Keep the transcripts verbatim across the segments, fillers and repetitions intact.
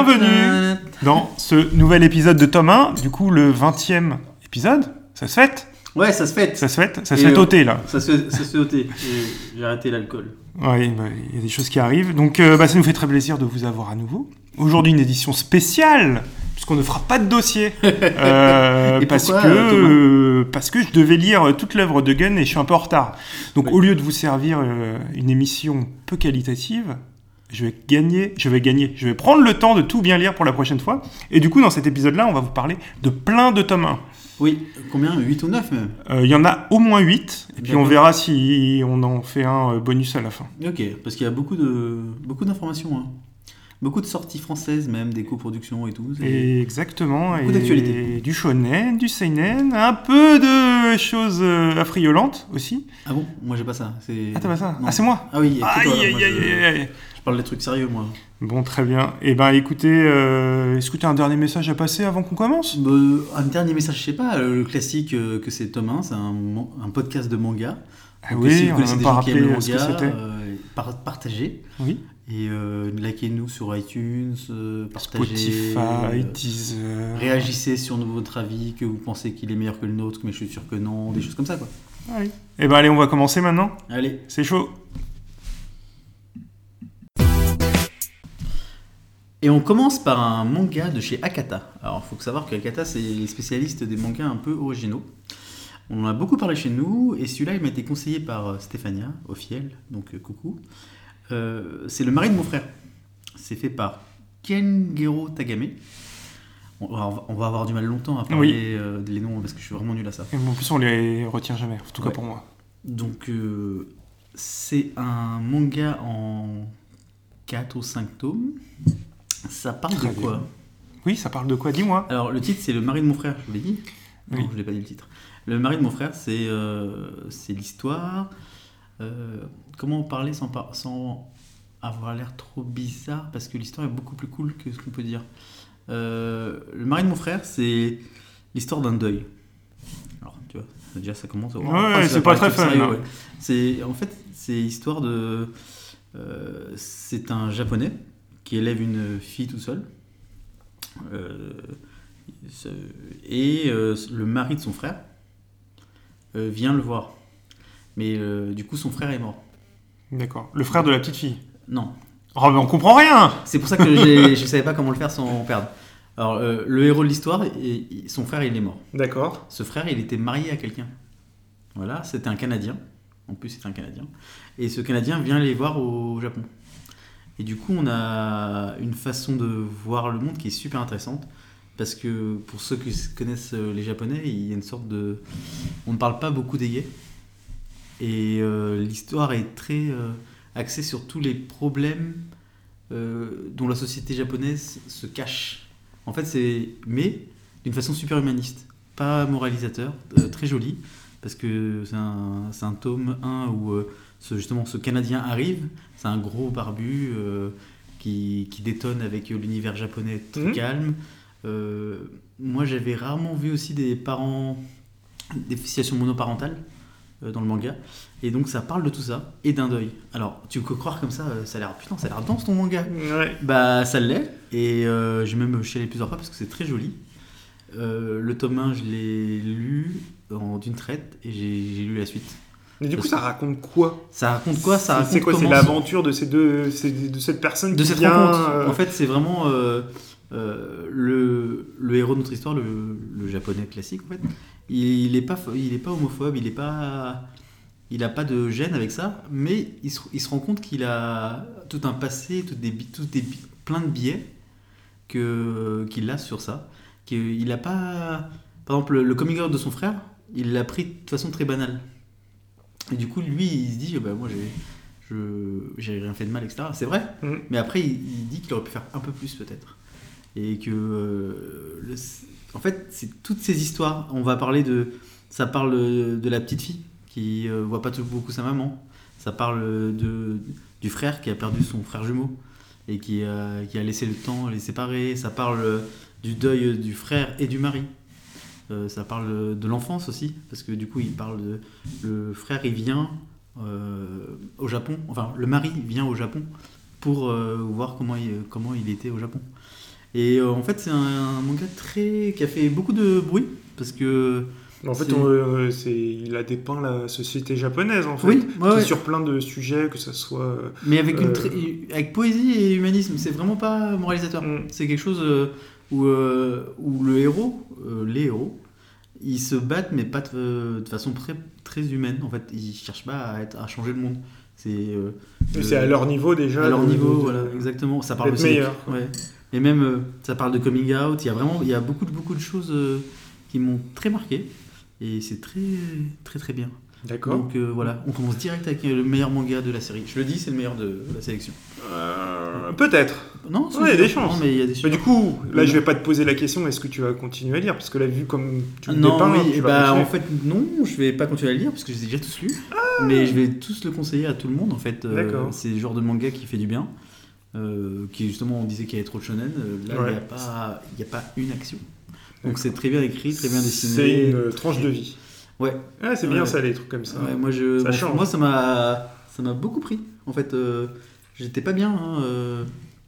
Bienvenue dans ce nouvel épisode de Tome un, du coup le vingtième épisode, ça se fête. Ouais, ça se fête. Ça se fête, ça se fait ôter là. Ça se, ça se fait ôter. J'ai arrêté l'alcool. Oui, bah, y a des choses qui arrivent. Donc euh, bah, ça nous fait très plaisir de vous avoir à nouveau. Aujourd'hui une édition spéciale, puisqu'on ne fera pas de dossier. Euh, et parce, pourquoi, que, euh, parce que je devais lire toute l'œuvre de Gunn et je suis un peu en retard. Donc oui. Au lieu de vous servir euh, une émission peu qualitative, je vais gagner, je vais gagner, je vais prendre le temps de tout bien lire pour la prochaine fois. Et du coup, dans cet épisode-là, on va vous parler de plein de tomes un. Oui, combien ? huit ou neuf même ? Il euh, y en a au moins huit, et puis D'accord. On verra si on en fait un bonus à la fin. Ok, parce qu'il y a beaucoup, de, beaucoup d'informations, hein. Beaucoup de sorties françaises même, des coproductions et tout. Et exactement, beaucoup et d'actualités. Du shonen, du seinen, un peu de choses affriolantes aussi. Ah bon ? Moi j'ai pas ça. C'est... Ah t'as pas ça ? Non. Ah c'est moi ? Ah oui, aïe, toi, aïe, moi, aïe, je... aïe, aïe. Je parle des trucs sérieux moi. Bon, très bien. Eh ben écoutez, euh, est-ce que tu as un dernier message à passer avant qu'on commence ? bah, Un dernier message, je sais pas, le classique euh, que c'est Tome un, c'est un, un podcast de manga. Ah oui, si vous on connaissez n'a des pas gens qui aiment le rappelé ce que manga, c'était. Euh, par- partagez. Oui. Et euh, likez-nous sur iTunes, euh, partagez, Spotify, euh, Deezer. Réagissez sur votre avis, que vous pensez qu'il est meilleur que le nôtre, mais je suis sûr que non, des choses comme ça quoi. Ah oui. Eh ben allez, on va commencer maintenant. Allez. C'est chaud. Et on commence par un manga de chez Akata. Alors il faut savoir que Akata c'est les spécialistes des mangas un peu originaux. On en a beaucoup parlé chez nous, et celui-là il m'a été conseillé par Stéphania, Ophiel, donc euh, coucou. Euh, c'est Le mari de mon frère. C'est fait par Kengero Tagame. On va, on va avoir du mal longtemps à parler oui. euh, les noms parce que je suis vraiment nul à ça. Et en plus, on les retient jamais, en tout ouais. cas pour moi. Donc, euh, c'est un manga en quatre ou cinq tomes. Ça parle Très de quoi bien. Oui, ça parle de quoi ? Dis-moi. Alors, le titre, c'est Le mari de mon frère, je vous l'ai dit ? Non, oui. je ne l'ai pas dit le titre. Le mari de mon frère, c'est, euh, c'est l'histoire. Euh, comment en parler sans, par- sans avoir l'air trop bizarre, parce que l'histoire est beaucoup plus cool que ce qu'on peut dire. Euh, le mari de mon frère, c'est l'histoire d'un deuil. Alors, tu vois, déjà ça commence. Ouais, ouais c'est pas très fun. Sérieux, ouais. C'est, en fait, c'est l'histoire de. Euh, c'est un japonais qui élève une fille tout seul. Euh, et euh, le mari de son frère euh, vient le voir. Mais euh, du coup, son frère est mort. D'accord. Le frère de la petite fille ? Non. Oh, mais on comprend rien. C'est pour ça que j'ai, je savais pas comment le faire sans perdre. Alors, euh, le héros de l'histoire, et, et son frère, il est mort. D'accord. Ce frère, il était marié à quelqu'un. Voilà, c'était un Canadien. En plus, c'était un Canadien. Et ce Canadien vient les voir au Japon. Et du coup, on a une façon de voir le monde qui est super intéressante. Parce que pour ceux qui connaissent les Japonais, il y a une sorte de... On ne parle pas beaucoup des gays. Et euh, l'histoire est très euh, axée sur tous les problèmes euh, dont la société japonaise se cache. En fait, c'est... Mais d'une façon super humaniste. Pas moralisateur, euh, très joli. Parce que c'est un, c'est un tome un où euh, ce, justement ce Canadien arrive. C'est un gros barbu euh, qui, qui détonne avec l'univers japonais très mmh. calme. Euh, moi, j'avais rarement vu aussi des parents, des situations monoparentales euh, dans le manga, et donc ça parle de tout ça et d'un deuil. Alors, tu peux croire comme ça, ça a l'air putain, ça a l'air dense ton manga. Ouais. Bah, ça l'est, et euh, j'ai même chialé plusieurs fois parce que c'est très joli. Euh, le tome un, je l'ai lu en d'une traite et j'ai, j'ai lu la suite. Mais du coup, ça raconte quoi ? Ça raconte quoi ? Ça raconte c'est quoi ? C'est l'aventure de ces deux, de cette personne de qui cette vient. rencontre. Euh... En fait, c'est vraiment. Euh, Euh, le, le héros de notre histoire, le, le japonais classique, en fait, il n'est pas, il est pas homophobe, il n'a pas, il a pas de gêne avec ça, mais il se, il se rend compte qu'il a tout un passé, tout des, tout des, plein de biais que, qu'il a sur ça. Qu'il n'a pas. Par exemple, le, le coming out de son frère, il l'a pris de façon très banale. Et du coup, lui, il se dit bah, moi, j'ai, je, j'ai rien fait de mal, et cetera. C'est vrai, mmh. mais après, il, il dit qu'il aurait pu faire un peu plus, peut-être. Et que euh, le, en fait c'est toutes ces histoires, on va parler de ça parle de la petite fille qui euh, voit pas tout, beaucoup sa maman, ça parle de du frère qui a perdu son frère jumeau et qui a, qui a laissé le temps les séparer, ça parle du deuil du frère et du mari, euh, ça parle de l'enfance aussi parce que du coup il parle de le frère il vient euh, au Japon, enfin le mari vient au Japon pour euh, voir comment il, comment il était au Japon. Et euh, en fait, c'est un, un manga très qui a fait beaucoup de bruit parce que. En fait, c'est... on, euh, c'est, il a dépeint la société japonaise, en fait, Oui, ouais, qui ouais. sur plein de sujets, que ça soit... euh, Mais avec, une Euh, très- avec poésie et humanisme, c'est vraiment pas moralisateur. Mm. C'est quelque chose euh, où, euh, où le héros, euh, les héros, ils se battent, mais pas de, de façon très, très humaine. En fait, ils cherchent pas à, être, à changer le monde. C'est, euh, mais le- c'est à leur niveau déjà. à leur de- niveau, de- voilà, exactement. Ça parle d'être aussi. meilleur. Ouais. Et même, euh, ça parle de coming out. Il y a vraiment, il y a beaucoup, de- beaucoup de choses euh, qui m'ont très marqué. Et c'est très, très, très bien. D'accord. Donc euh, voilà, on commence direct avec le meilleur manga de la série. Je le dis, c'est le meilleur de la sélection. Euh, peut-être. Non, c'est Ouais, il y a sûr. des chances. Non, mais il y a des Mais chances. du coup, là, Oui. je vais pas te poser la question, est-ce que tu vas continuer à lire? Parce que là, vu comme tu le Non, dépeins, oui, tu et vas bah continuer. en fait non, je vais pas continuer à le lire parce que je les ai déjà tous lus, mais je vais tous le conseiller à tout le monde en fait. Euh, D'accord. c'est le genre de manga qui fait du bien, euh, qui justement on disait qu'il y avait trop de shonen, euh, là il Ouais. n'y a pas, il y a pas une action. Donc c'est très bien écrit, très bien dessiné. C'est une euh, tranche de vie. Ouais. Ah, c'est Ouais. bien ça, les trucs comme ça. Ouais, moi je, Ça bon, change. moi ça m'a, ça m'a beaucoup pris. En fait, euh, j'étais pas bien. hein, euh,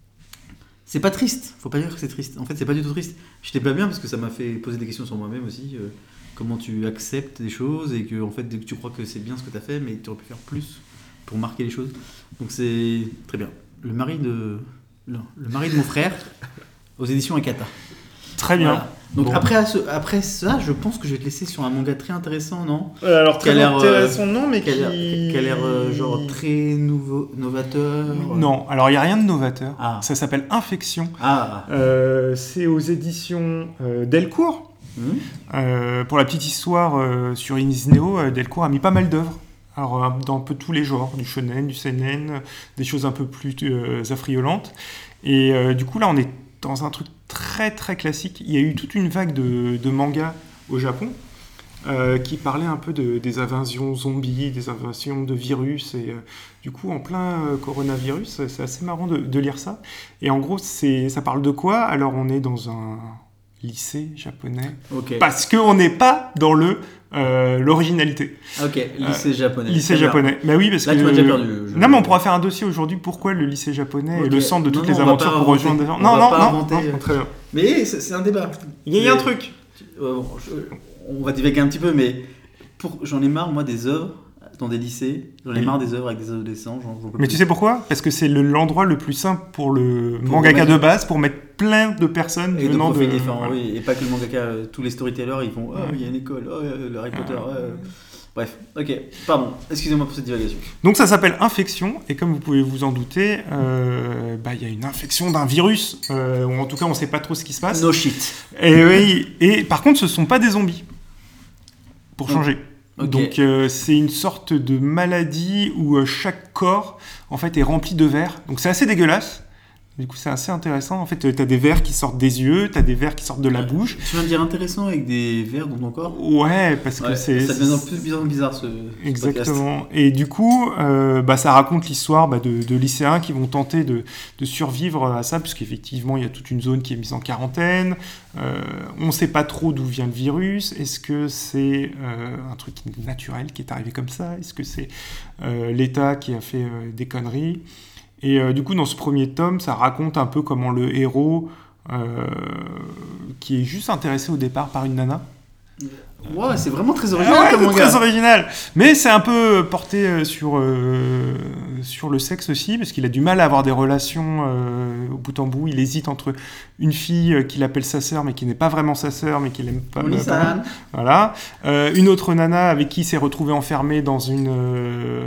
C'est pas triste, faut pas dire que c'est triste. En fait, c'est pas du tout triste. J'étais pas bien parce que ça m'a fait poser des questions sur moi-même aussi. euh, comment tu acceptes des choses et que, en fait, dès que tu crois que c'est bien ce que tu as fait, mais tu aurais pu faire plus pour marquer les choses. Donc, c'est très bien. Le mari de, le, le mari de mon frère, aux éditions Akata. Très bien. Voilà. Donc, Bon. après, ce- après ça, je pense que je vais te laisser sur un manga très intéressant, non Euh, alors, Qui a très l'air, euh, intéressant, non, mais Qui a l'air, qui... qui a l'air, euh, genre très nouveau, novateur. Non, alors il n'y a rien de novateur. Ah. Ça s'appelle Infection. Ah. Euh, c'est aux éditions euh, Delcourt. Hmm. Euh, pour la petite histoire, euh, sur Inisneo, euh, Delcourt a mis pas mal d'œuvres. Alors, euh, dans un peu tous les genres, du shonen, du seinen, euh, des choses un peu plus euh, affriolantes. Et euh, du coup, là, on est dans un truc très très classique. Il y a eu toute une vague de, de mangas au Japon euh, qui parlaient un peu de, des invasions zombies, des invasions de virus. Et euh, du coup, en plein euh, coronavirus, c'est assez marrant de, de lire ça. Et en gros, c'est, ça parle de quoi? Alors, on est dans un lycée japonais. Ok. Parce qu'on n'est pas dans le euh, l'originalité. Ok, lycée japonais. Lycée Très bien. japonais. Bah oui, parce Là, que... tu m'as déjà perdu. Je- Non, mais on pourra faire un dossier aujourd'hui. Pourquoi le lycée japonais Ok. est le centre de Non, toutes non, les on va aventures pas pour inventer. rejoindre des gens. On Non, va non, pas non, inventer, non, euh, très bien. Mais c'est, c'est un débat. Il y a un C'est- truc. Euh, bon, je- on va divaguer un petit peu, mais pour, j'en ai marre, moi, des œuvres dans des lycées. J'en ai Oui. marre des œuvres avec des adolescents. J'en, j'en peux Mais plus. tu sais pourquoi? Parce que c'est le- l'endroit le plus simple pour le Pour mangaka remettre- de base, pour mettre plein de personnes Et de venant de... profils différents, voilà. oui. Et pas que le mangaka, euh, tous les storytellers, ils font « Oh, il y a une école, oh, euh, le Harry Potter, Ah. euh. ». Bref, ok, pardon, excusez-moi pour cette divagation. Donc ça s'appelle Infection, et comme vous pouvez vous en douter, euh, bah, il y a une infection d'un virus, euh, ou en tout cas on ne sait pas trop ce qui se passe. No shit. Et, oui, et par contre ce ne sont pas des zombies, pour changer. Ok. Donc euh, c'est une sorte de maladie où euh, chaque corps en fait est rempli de vers. Donc c'est assez dégueulasse. Du coup c'est assez intéressant. En fait tu as des vers qui sortent des yeux, tu as des vers qui sortent de la bouche. Tu viens de dire intéressant avec des vers dans ton corps. Ouais, parce que Ouais, c'est... ça devient de plus bizarre, bizarre ce, ce podcast. Exactement. Et du coup, euh, bah, ça raconte l'histoire bah, de, de lycéens qui vont tenter de, de survivre à ça, puisqu'effectivement, il y a toute une zone qui est mise en quarantaine. Euh, on ne sait pas trop d'où vient le virus. Est-ce que c'est euh, un truc naturel qui est arrivé comme ça? Est-ce que c'est euh, l'État qui a fait euh, des conneries? Et euh, du coup, dans ce premier tome, ça raconte un peu comment le héros, euh, qui est juste intéressé au départ par une nana, Ouais, c'est vraiment très original Ah ouais, comme c'est manga. très original. Mais c'est un peu porté euh, sur, euh, sur le sexe aussi, parce qu'il a du mal à avoir des relations euh, au bout en bout. Il hésite entre une fille euh, qu'il appelle sa sœur, mais qui n'est pas vraiment sa sœur, mais qu'il aime pas. Oni-san. pas- Voilà. Euh, une autre nana avec qui il s'est retrouvé enfermé dans une euh,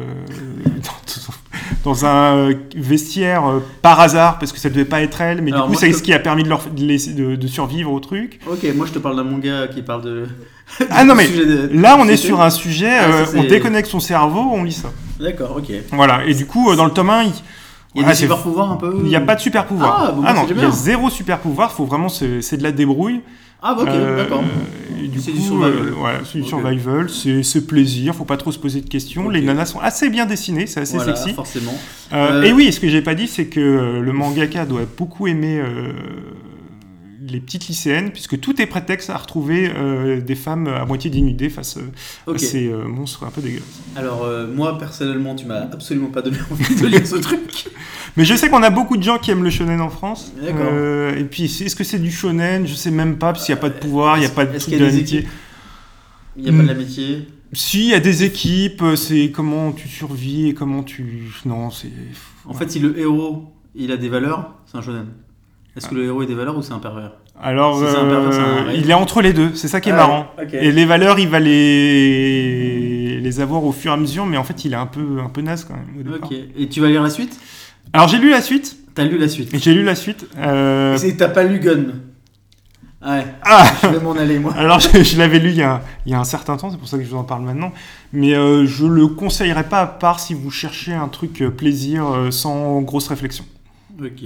dans, dans un euh, vestiaire euh, par hasard, parce que ça devait pas être elle, mais Alors, du coup moi, c'est je ce te- qui a permis de, leur, de, laisser- de, de survivre au truc. Ok, moi je te parle d'un manga qui parle de. Ah non, du mais sujet de- Là, on du est sujet. sur un sujet, Ah, euh, ça, on c'est- déconnecte son cerveau, on lit ça. D'accord, ok. Voilà, et du coup, euh, dans le tome un, il Il y a voilà, des c'est- super pouvoirs un peu. il n'y a pas de super pouvoir. Ah, bon, bah, non, c'est il y bien. a zéro super pouvoir, faut vraiment, c'est c'est de la débrouille. Ah, bah, ok, Euh, d'accord. et du C'est coup, du survival. euh, voilà, c'est du Ok. survival, c'est c'est plaisir, faut pas trop se poser de questions. Ok. Les nanas sont assez bien dessinées, c'est assez Voilà, sexy. forcément. Euh, Euh, Et oui, ce que j'ai pas dit, c'est que euh, le mangaka doit beaucoup aimer euh, les petites lycéennes, puisque tout est prétexte à retrouver euh, des femmes à moitié dénudées face euh, Ok. à ces euh, monstres un peu dégueulasses. Alors, euh, moi, personnellement, tu m'as absolument pas donné envie de lire ce truc. Mais je sais qu'on a beaucoup de gens qui aiment le shonen en France. D'accord. Euh, et puis, est-ce que c'est du shonen? Je sais même pas, parce qu'il n'y a pas de pouvoir, il n'y a pas de Est-ce truc qu'il y a des d'amitié. équipes Il n'y a pas de l'amitié. Si, il y a des équipes, c'est comment tu survis et comment tu... Non, c'est... En fait, si le héros, il a des valeurs, c'est un shonen. Est-ce que le héros a des valeurs ou c'est un pervers? Alors, Si c'est un pervers, c'est un euh, réel. il est entre les deux, c'est ça qui est Ah, marrant. ok. Et les valeurs, il va les... les avoir au fur et à mesure, mais en fait, il est un peu, un peu naze quand même au départ. Ok. Et tu vas lire la suite? Alors, j'ai lu la suite. T'as lu la suite? J'ai lu la suite. euh, Et t'as pas lu Gun? Ouais. Ah Je vais m'en aller, moi. Alors, je, je l'avais lu il y, a, il y a un certain temps, c'est pour ça que je vous en parle maintenant. Mais euh, je le conseillerais pas, à part si vous cherchez un truc euh, plaisir euh, sans grosse réflexion. Ok.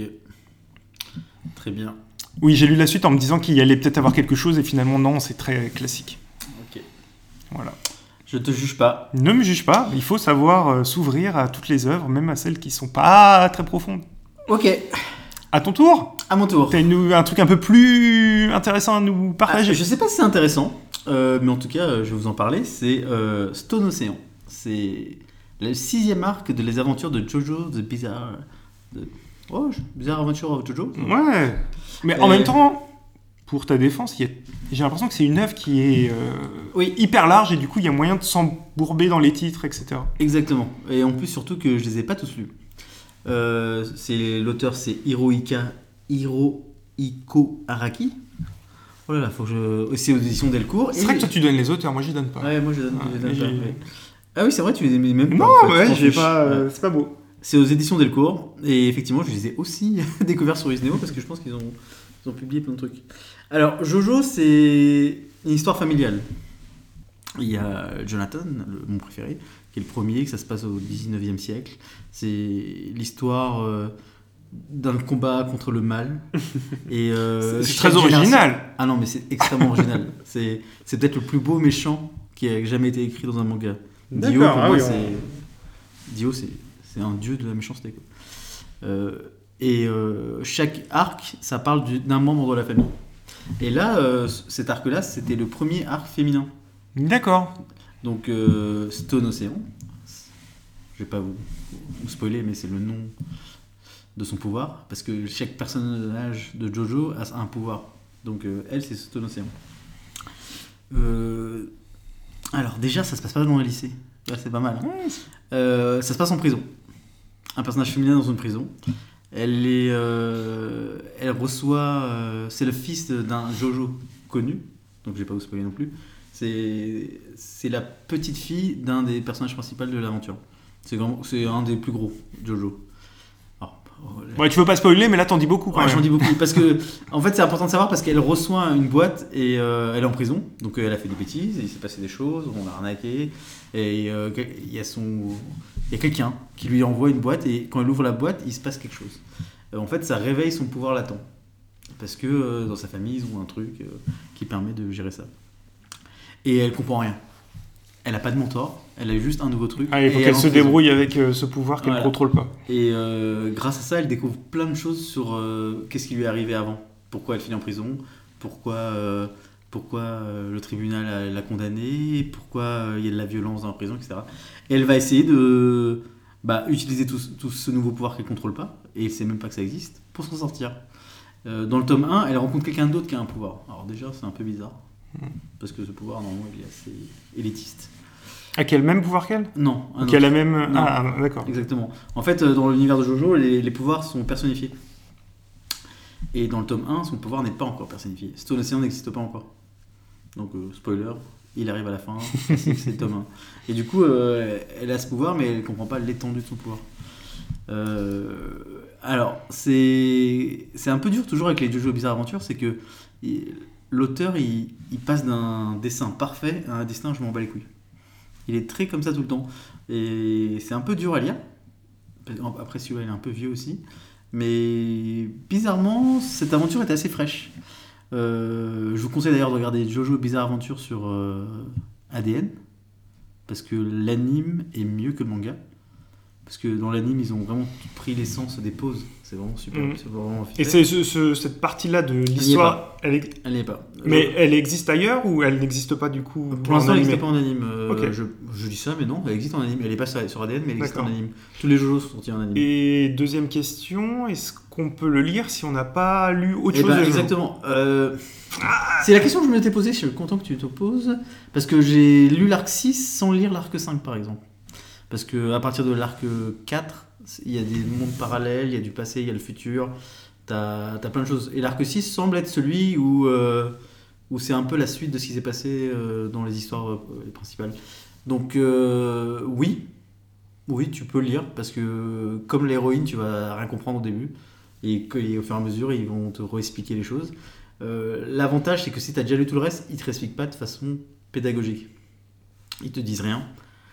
Très bien. Oui, j'ai lu la suite en me disant qu'il y allait peut-être avoir quelque chose, et finalement, non, c'est très classique. Ok. Voilà. Je te juge pas. Ne me juge pas, il faut savoir euh, s'ouvrir à toutes les œuvres, même à celles qui sont pas très profondes. Ok. À ton tour, À mon tour. t'as une- un truc un peu plus intéressant à nous Ah, partager. je sais pas si c'est intéressant, euh, mais en tout cas, euh, je vais vous en parler. C'est euh, Stone Ocean. C'est le sixième arc de les aventures de Jojo the Bizarre. de- Oh, je- Bizarre Adventure of Jojo. Ouais, mais en Et- même temps, pour ta défense, il y a- j'ai l'impression que c'est une œuvre qui est euh, Oui. hyper large et du coup, il y a moyen de s'embourber dans les titres, et cetera. Exactement. Et en plus, surtout que je les ai pas tous lus. Euh, c'est l'auteur, c'est Hirohika Hirohiko Araki. Oh là là, faut que je. C'est aux éditions Delcourt. C'est Et- vrai que toi, tu donnes les auteurs, moi, j'y donne pas. Ouais, moi je donne. Ah, je donne et pas, j'ai- ouais. Ah oui, c'est vrai, tu les aimais même pas. Non, en fait, ouais, tu t'en j'ai fiches. pas, Ouais. euh, c'est pas beau. C'est aux éditions Delcourt, et effectivement, je les ai aussi découverts sur Isneo parce que je pense qu'ils ont, ils ont publié plein de trucs. Alors, Jojo, c'est une histoire familiale. Il y a Jonathan, le- mon préféré, qui est le premier, que ça se passe au dix-neuvième siècle. C'est l'histoire euh, d'un combat contre le mal. Et, euh, C'est chaque très génération- original. Ah non, mais c'est extrêmement original. C'est, c'est peut-être le plus beau méchant qui a jamais été écrit dans un manga. Dio, D'accord, pour ah moi, oui, on- c'est... Dio, c'est, c'est un dieu de la méchanceté. Quoi. Euh, et euh, chaque arc, ça parle du- d'un membre de la famille. Et là, euh, cet arc-là, c'était le premier arc féminin. D'accord. Donc, euh, Stone Ocean. Je vais pas vous, vous spoiler, mais c'est le nom de son pouvoir. Parce que chaque personnage de Jojo a un pouvoir. Donc, euh, elle, c'est Stone Ocean. Euh, alors, déjà, ça se passe pas dans un lycée. Là, c'est pas mal. hein. Euh, ça se passe en prison. Un personnage féminin dans une prison. Elle est, euh, elle reçoit, euh, c'est le fils d'un Jojo connu, donc je vais pas vous spoiler non plus. C'est, c'est la petite fille d'un des personnages principaux de l'aventure. C'est, vraiment- c'est un des plus gros Jojo. Alors, Ouais, tu veux pas spoiler, mais là, t'en dis beaucoup quand Ouais, même. j'en dis beaucoup parce que en fait c'est important de savoir parce qu'elle reçoit une boîte et euh, elle est en prison, donc euh, elle a fait des bêtises, il s'est passé des choses, on l'a arnaqué et euh, il y a son il y a quelqu'un qui lui envoie une boîte et quand elle ouvre la boîte il se passe quelque chose. Euh, en fait ça réveille son pouvoir latent parce que euh, dans sa famille ils ont un truc euh, qui permet de gérer ça et elle comprend rien. Elle a pas de mentor, elle a juste un nouveau truc. Ah, il faut et qu'elle elle est en se prison. débrouille avec euh, ce pouvoir qu'elle ne Voilà. contrôle pas. Et euh, grâce à ça, elle découvre plein de choses sur euh, qu'est-ce qui lui est arrivé avant. Pourquoi elle finit en prison, pourquoi, euh, pourquoi euh, le tribunal a- l'a condamnée, pourquoi euh, il y a de la violence dans la prison, et cetera. Et elle va essayer de bah, utiliser tout, ce- tout ce nouveau pouvoir qu'elle ne contrôle pas, et elle ne sait même pas que ça existe, pour s'en sortir. Euh, dans le tome un, elle rencontre quelqu'un d'autre qui a un pouvoir. Alors déjà, c'est un peu bizarre, parce que ce pouvoir, normalement, il est assez élitiste. Ah, qui a le même pouvoir qu'elle? Non, un Qui a autre. la même... Non. Ah, d'accord. Exactement. En fait, euh, dans l'univers de Jojo, les, les pouvoirs sont personnifiés. Et dans le tome un, son pouvoir n'est pas encore personnifié. Stone Ocean n'existe pas encore. Donc, euh, spoiler, il arrive à la fin, c'est c'est le tome un. Et du coup, euh, elle a ce pouvoir, mais elle ne comprend pas l'étendue de son pouvoir. Euh, alors, c'est c'est un peu dur toujours avec les Jojo Bizarre Adventure, c'est que il- l'auteur, il, il passe d'un dessin parfait à un dessin je m'en bats les couilles. Il est très comme ça tout le temps. Et c'est un peu dur à lire. Après, celui-là, il est un peu vieux aussi. Mais bizarrement, cette aventure était assez fraîche. Euh, je vous conseille d'ailleurs de regarder Jojo Bizarre Adventure sur euh, A D N. Parce que l'anime est mieux que le manga. Parce que dans l'anime, ils ont vraiment pris l'essence des pauses. C'est vraiment super. Mm. C'est vraiment Et c'est ce, ce, cette partie-là de l'histoire, elle est... Elle n'y est pas. mais Je... elle existe ailleurs ou elle n'existe pas du coup? Pour l'instant, elle n'existe pas en anime. Euh, okay. je, je dis ça, mais non, elle existe en anime. Elle n'est pas sur, sur A D N, mais elle existe D'accord. en anime. Tous les JoJo sont sortis en anime. Et deuxième question, est-ce qu'on peut le lire si on n'a pas lu autre Et chose? bah, exactement. Euh... Ah c'est la question que je m'étais posée, je suis content que tu te poses. Parce que j'ai lu l'arc six sans lire l'arc cinq, par exemple. Parce qu'à partir de l'arc quatre, il y a des mondes parallèles, il y a du passé, il y a le futur, t'as as plein de choses. Et l'arc six semble être celui où, euh, où c'est un peu la suite de ce qui s'est passé euh, dans les histoires euh, les principales. Donc euh, oui, oui, tu peux lire, parce que comme l'héroïne, tu vas rien comprendre au début, et, que, et au fur et à mesure, ils vont te réexpliquer les choses. Euh, L'avantage, c'est que si tu as déjà lu tout le reste, ils te réexpliquent pas de façon pédagogique. Ils te disent rien.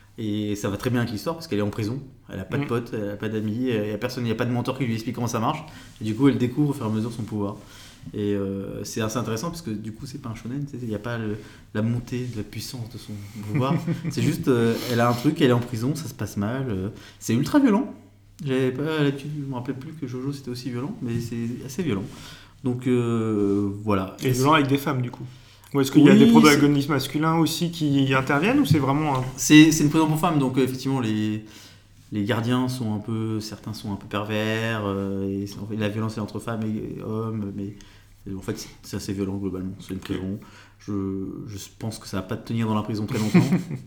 Et ça va très bien avec l'histoire parce qu'elle est en prison, elle a pas de potes, elle a pas d'amis, il n'y a personne, il n'y a pas de mentor qui lui explique comment ça marche. Et du coup, elle découvre au fur et à mesure son pouvoir. Et euh, c'est assez intéressant parce que du coup, c'est pas un shonen, il n'y a pas le, la montée de la puissance de son pouvoir. C'est juste, euh, elle a un truc, elle est en prison, ça se passe mal. Euh, c'est ultra violent. J'avais pas l'habitude, je me rappelais plus que Jojo c'était aussi violent, mais c'est assez violent. Donc euh, voilà. Et violent avec des femmes du coup. Ou est-ce qu'il oui, y a des protagonistes masculins aussi qui interviennent ou c'est vraiment un... C'est une prison pour femmes, donc euh, effectivement les, les gardiens sont un peu, certains sont un peu pervers, euh, et, et la violence est entre femmes et hommes, mais en fait c'est assez violent globalement, c'est une prison. Je, je pense que ça va pas tenir dans la prison très longtemps.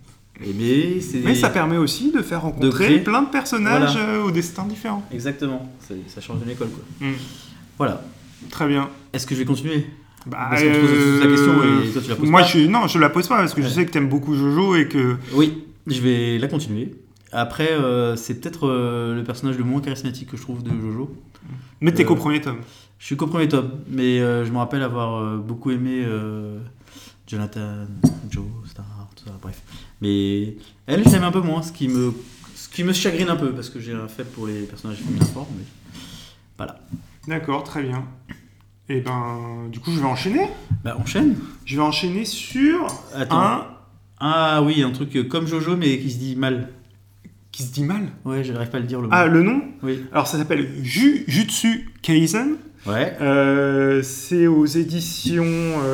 et mais, mais ça permet aussi de faire rencontrer de créer... plein de personnages voilà. Aux destins différents. Exactement, ça change d'une école quoi. Mm. Voilà. Très bien. Est-ce que je vais continuer? Bah, parce qu'on te pose la question et toi tu la poses moi, pas. Je, non, je la pose pas parce que ouais. Je sais que t'aimes beaucoup Jojo et que... Oui, je vais la continuer. Après, euh, c'est peut-être euh, le personnage le moins charismatique que je trouve de Jojo. Mais t'es euh, qu'au premier tome. Je suis qu'au premier tome, mais euh, je me rappelle avoir euh, beaucoup aimé euh, Jonathan, Joe, Star, tout ça, bref. Mais elle, je l'aime un peu moins, ce qui me, ce qui me chagrine un peu parce que j'ai un faible pour les personnages féminins forts, mais voilà. D'accord, très bien. Et ben, du coup, je vais enchaîner. Bah, enchaîne. Je vais enchaîner sur Attends. un... Ah oui, un truc comme Jojo, mais qui se dit mal. Qui se dit mal? Ouais, j'arrive pas à le dire le mot. Ah, le nom? Oui. Alors, ça s'appelle Jujutsu Kaisen. Ouais. Euh, c'est aux éditions...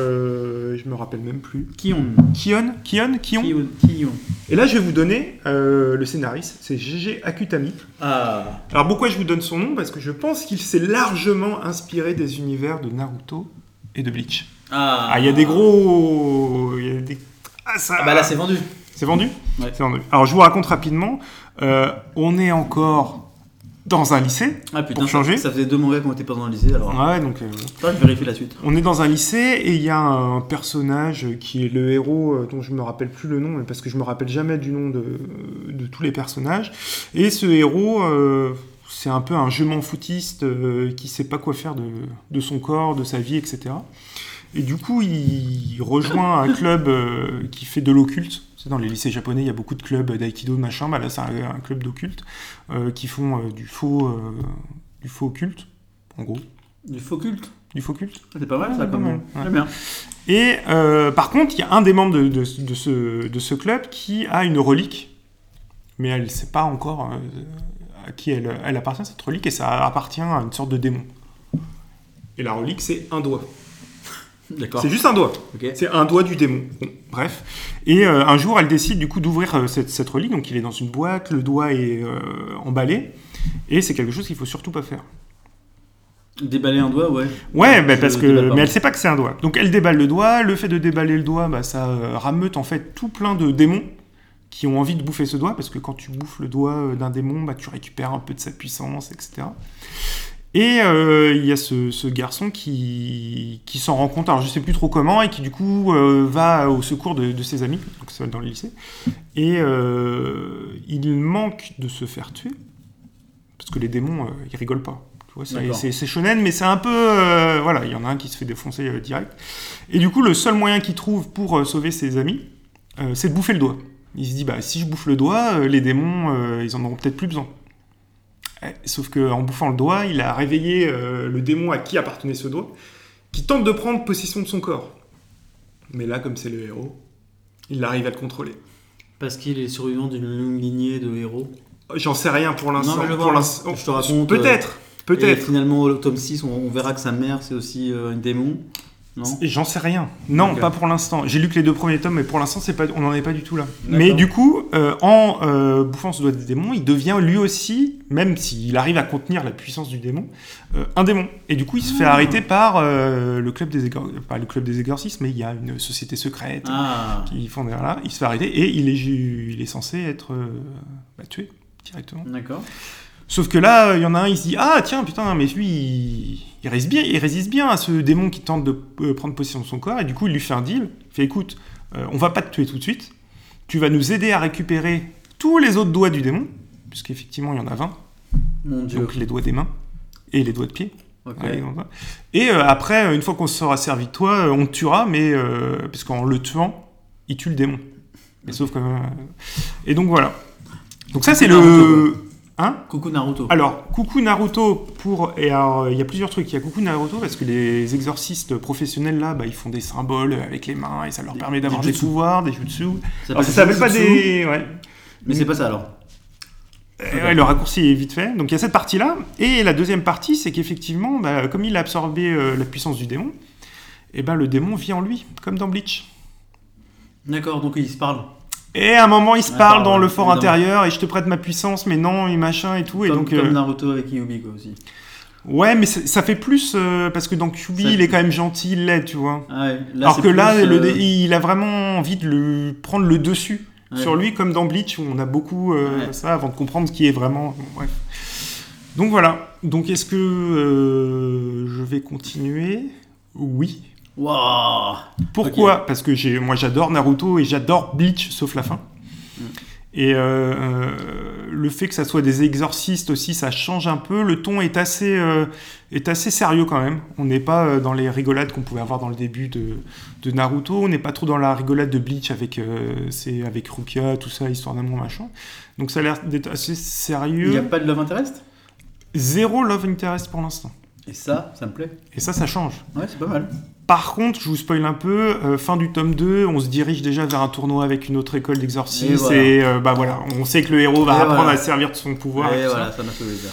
Euh, je me rappelle même plus. Kion. Kion Kion Kion Kion. Kion. Et là, je vais vous donner euh, le scénariste. C'est Gege Akutami. Ah. Alors, pourquoi je vous donne son nom? Parce que je pense qu'il s'est largement inspiré des univers de Naruto et de Bleach. Ah. Ah, il y a des gros... Il y a des... Ah, ça... ah bah là, c'est vendu. C'est vendu? Ouais. C'est vendu. Alors, je vous raconte rapidement. Euh, on est encore... dans un lycée, ah, putain, pour changer. Ça, ça faisait deux mangas qu'on était pas dans le lycée, alors... Ouais, donc... Euh, Toi, je vérifie la suite. On est dans un lycée, et il y a un personnage qui est le héros, euh, dont je me rappelle plus le nom, parce que je me rappelle jamais du nom de, de tous les personnages. Et ce héros, euh, c'est un peu un jument footiste euh, qui sait pas quoi faire de, de son corps, de sa vie, et cetera. Et du coup, il rejoint un club euh, qui fait de l'occulte. C'est dans les lycées japonais, il y a beaucoup de clubs d'aïkido, de machin. Bah là, c'est un, un club d'occulte euh, qui font euh, du faux, euh, du faux occulte, en gros. Du faux culte. Du faux culte. C'est pas mal, ça, ouais, comme ouais. nom. Très bien. Et euh, par contre, il y a un des membres de, de, de, ce, de ce club qui a une relique, mais elle ne sait pas encore euh, à qui elle, elle appartient, cette relique, et ça appartient à une sorte de démon. Et la relique, c'est un doigt. D'accord. C'est juste un doigt. Okay. C'est un doigt du démon. Bon, bref. Et euh, un jour, elle décide du coup d'ouvrir euh, cette, cette relique. Donc, il est dans une boîte, le doigt est euh, emballé. Et c'est quelque chose qu'il faut surtout pas faire. Déballer un doigt, ouais. Ouais, bah, parce que... mais elle sait pas que c'est un doigt. Donc, elle déballe le doigt. Le fait de déballer le doigt, bah, ça euh, rameute en fait tout plein de démons qui ont envie de bouffer ce doigt. Parce que quand tu bouffes le doigt d'un démon, bah, tu récupères un peu de sa puissance, et cetera. Et il euh, y a ce, ce garçon qui, qui s'en rend compte, alors je sais plus trop comment, et qui du coup euh, va au secours de, de ses amis, donc ça va dans le lycée, et euh, il manque de se faire tuer, parce que les démons, euh, ils rigolent pas. Tu vois, c'est, c'est, c'est shonen, mais c'est un peu... Euh, voilà, il y en a un qui se fait défoncer euh, direct. Et du coup, le seul moyen qu'il trouve pour euh, sauver ses amis, euh, c'est de bouffer le doigt. Il se dit, bah, si je bouffe le doigt, euh, les démons, euh, ils en auront peut-être plus besoin. Sauf qu'en bouffant le doigt, il a réveillé euh, le démon à qui appartenait ce doigt, qui tente de prendre possession de son corps. Mais là, comme c'est le héros, il arrive à le contrôler. Parce qu'il est survivant d'une longue lignée de héros. J'en sais rien pour l'instant. Non, mais je pour vois, l'instant. je te raconte. Peut-être. euh, Peut-être. Et finalement, au tome six, on, on verra que sa mère, c'est aussi euh, une démon. Non. J'en sais rien. Non, Ok. pas pour l'instant. J'ai lu que les deux premiers tomes, mais pour l'instant, c'est pas, on n'en est pas du tout là. D'accord. Mais du coup, euh, en euh, bouffant ce doigt des démons, il devient lui aussi, même s'il arrive à contenir la puissance du démon, euh, un démon. Et du coup, il se fait Ah. arrêter par euh, le club des égor... pas le club des exorcistes, mais il y a une société secrète Ah. qui font derrière là. Il se fait arrêter et il est, ju- il est censé être euh, bah, tué directement. D'accord. Sauf que là, il y en a un, il se dit ah tiens putain, mais lui il, il résiste bien, il résiste bien à ce démon qui tente de euh, prendre possession de son corps, et du coup il lui fait un deal. Il fait écoute, euh, on va pas te tuer tout de suite, tu vas nous aider à récupérer tous les autres doigts du démon, puisqu'effectivement il y en a vingt, Mon Dieu. donc les doigts des mains et les doigts de pied. Ok. Ouais, donc, voilà. Et euh, après, une fois qu'on se sera servi de toi, euh, on te tuera, mais euh, parce qu'en le tuant, il tue le démon. Mais sauf que euh, et donc voilà. Donc ça c'est le hein. Coucou Naruto. Alors, coucou Naruto pour... Et alors, il y a plusieurs trucs. Il y a coucou Naruto parce que les exorcistes professionnels, là, bah, ils font des symboles avec les mains et ça leur Des- permet des d'avoir des jutsu. pouvoirs, des jutsu. Ça Alors, ça s'appelle s'appelle pas jutsu, des... Ouais. Mais c'est pas ça alors. Euh, ouais, le raccourci est vite fait. Donc, il y a cette partie-là. Et la deuxième partie, c'est qu'effectivement, bah, comme il a absorbé euh, la puissance du démon, et ben le démon vit en lui, comme dans Bleach. D'accord, donc ils se parlent. Et à un moment, ils se Ouais, parlent pardon, dans le fort évidemment. intérieur et je te prête ma puissance, mais non, et machin et tout. Et Comme, donc, comme euh, Naruto avec Kyuubi quoi aussi. ouais, mais ça, ça fait plus euh, parce que dans Kyuubi, Ça- il est quand même gentil, il l'aide, tu vois. Ah ouais, là, Alors c'est que là, plus, le euh, dé- il a vraiment envie de le prendre le dessus ouais. sur lui, comme dans Bleach où on a beaucoup euh, Ouais. ça avant de comprendre ce qui est vraiment. Bon, bref. Donc voilà. Donc est-ce que euh, je vais continuer? Oui. Waouh. Pourquoi? Parce que j'ai, moi j'adore Naruto et j'adore Bleach, sauf la fin. Mm. Et euh, euh, le fait que ça soit des exorcistes aussi, ça change un peu. Le ton est assez, euh, est assez sérieux quand même. On n'est pas euh, dans les rigolades qu'on pouvait avoir dans le début de, de Naruto. On n'est pas trop dans la rigolade de Bleach avec, euh, c'est avec Rukia, tout ça, histoire d'amour, machin. Donc ça a l'air d'être assez Il sérieux. n'y a pas de love interest? Zéro love interest pour l'instant. Et ça, ça me plaît. Et ça, ça change. Ouais, c'est pas mal. Par contre, je vous spoil un peu, euh, fin du tome deux, on se dirige déjà vers un tournoi avec une autre école Et d'exorcisme, voilà. et euh, bah voilà, on sait que le héros va Et apprendre voilà. à se servir de son pouvoir. et Et tout voilà, ça. ça m'a fait plaisir.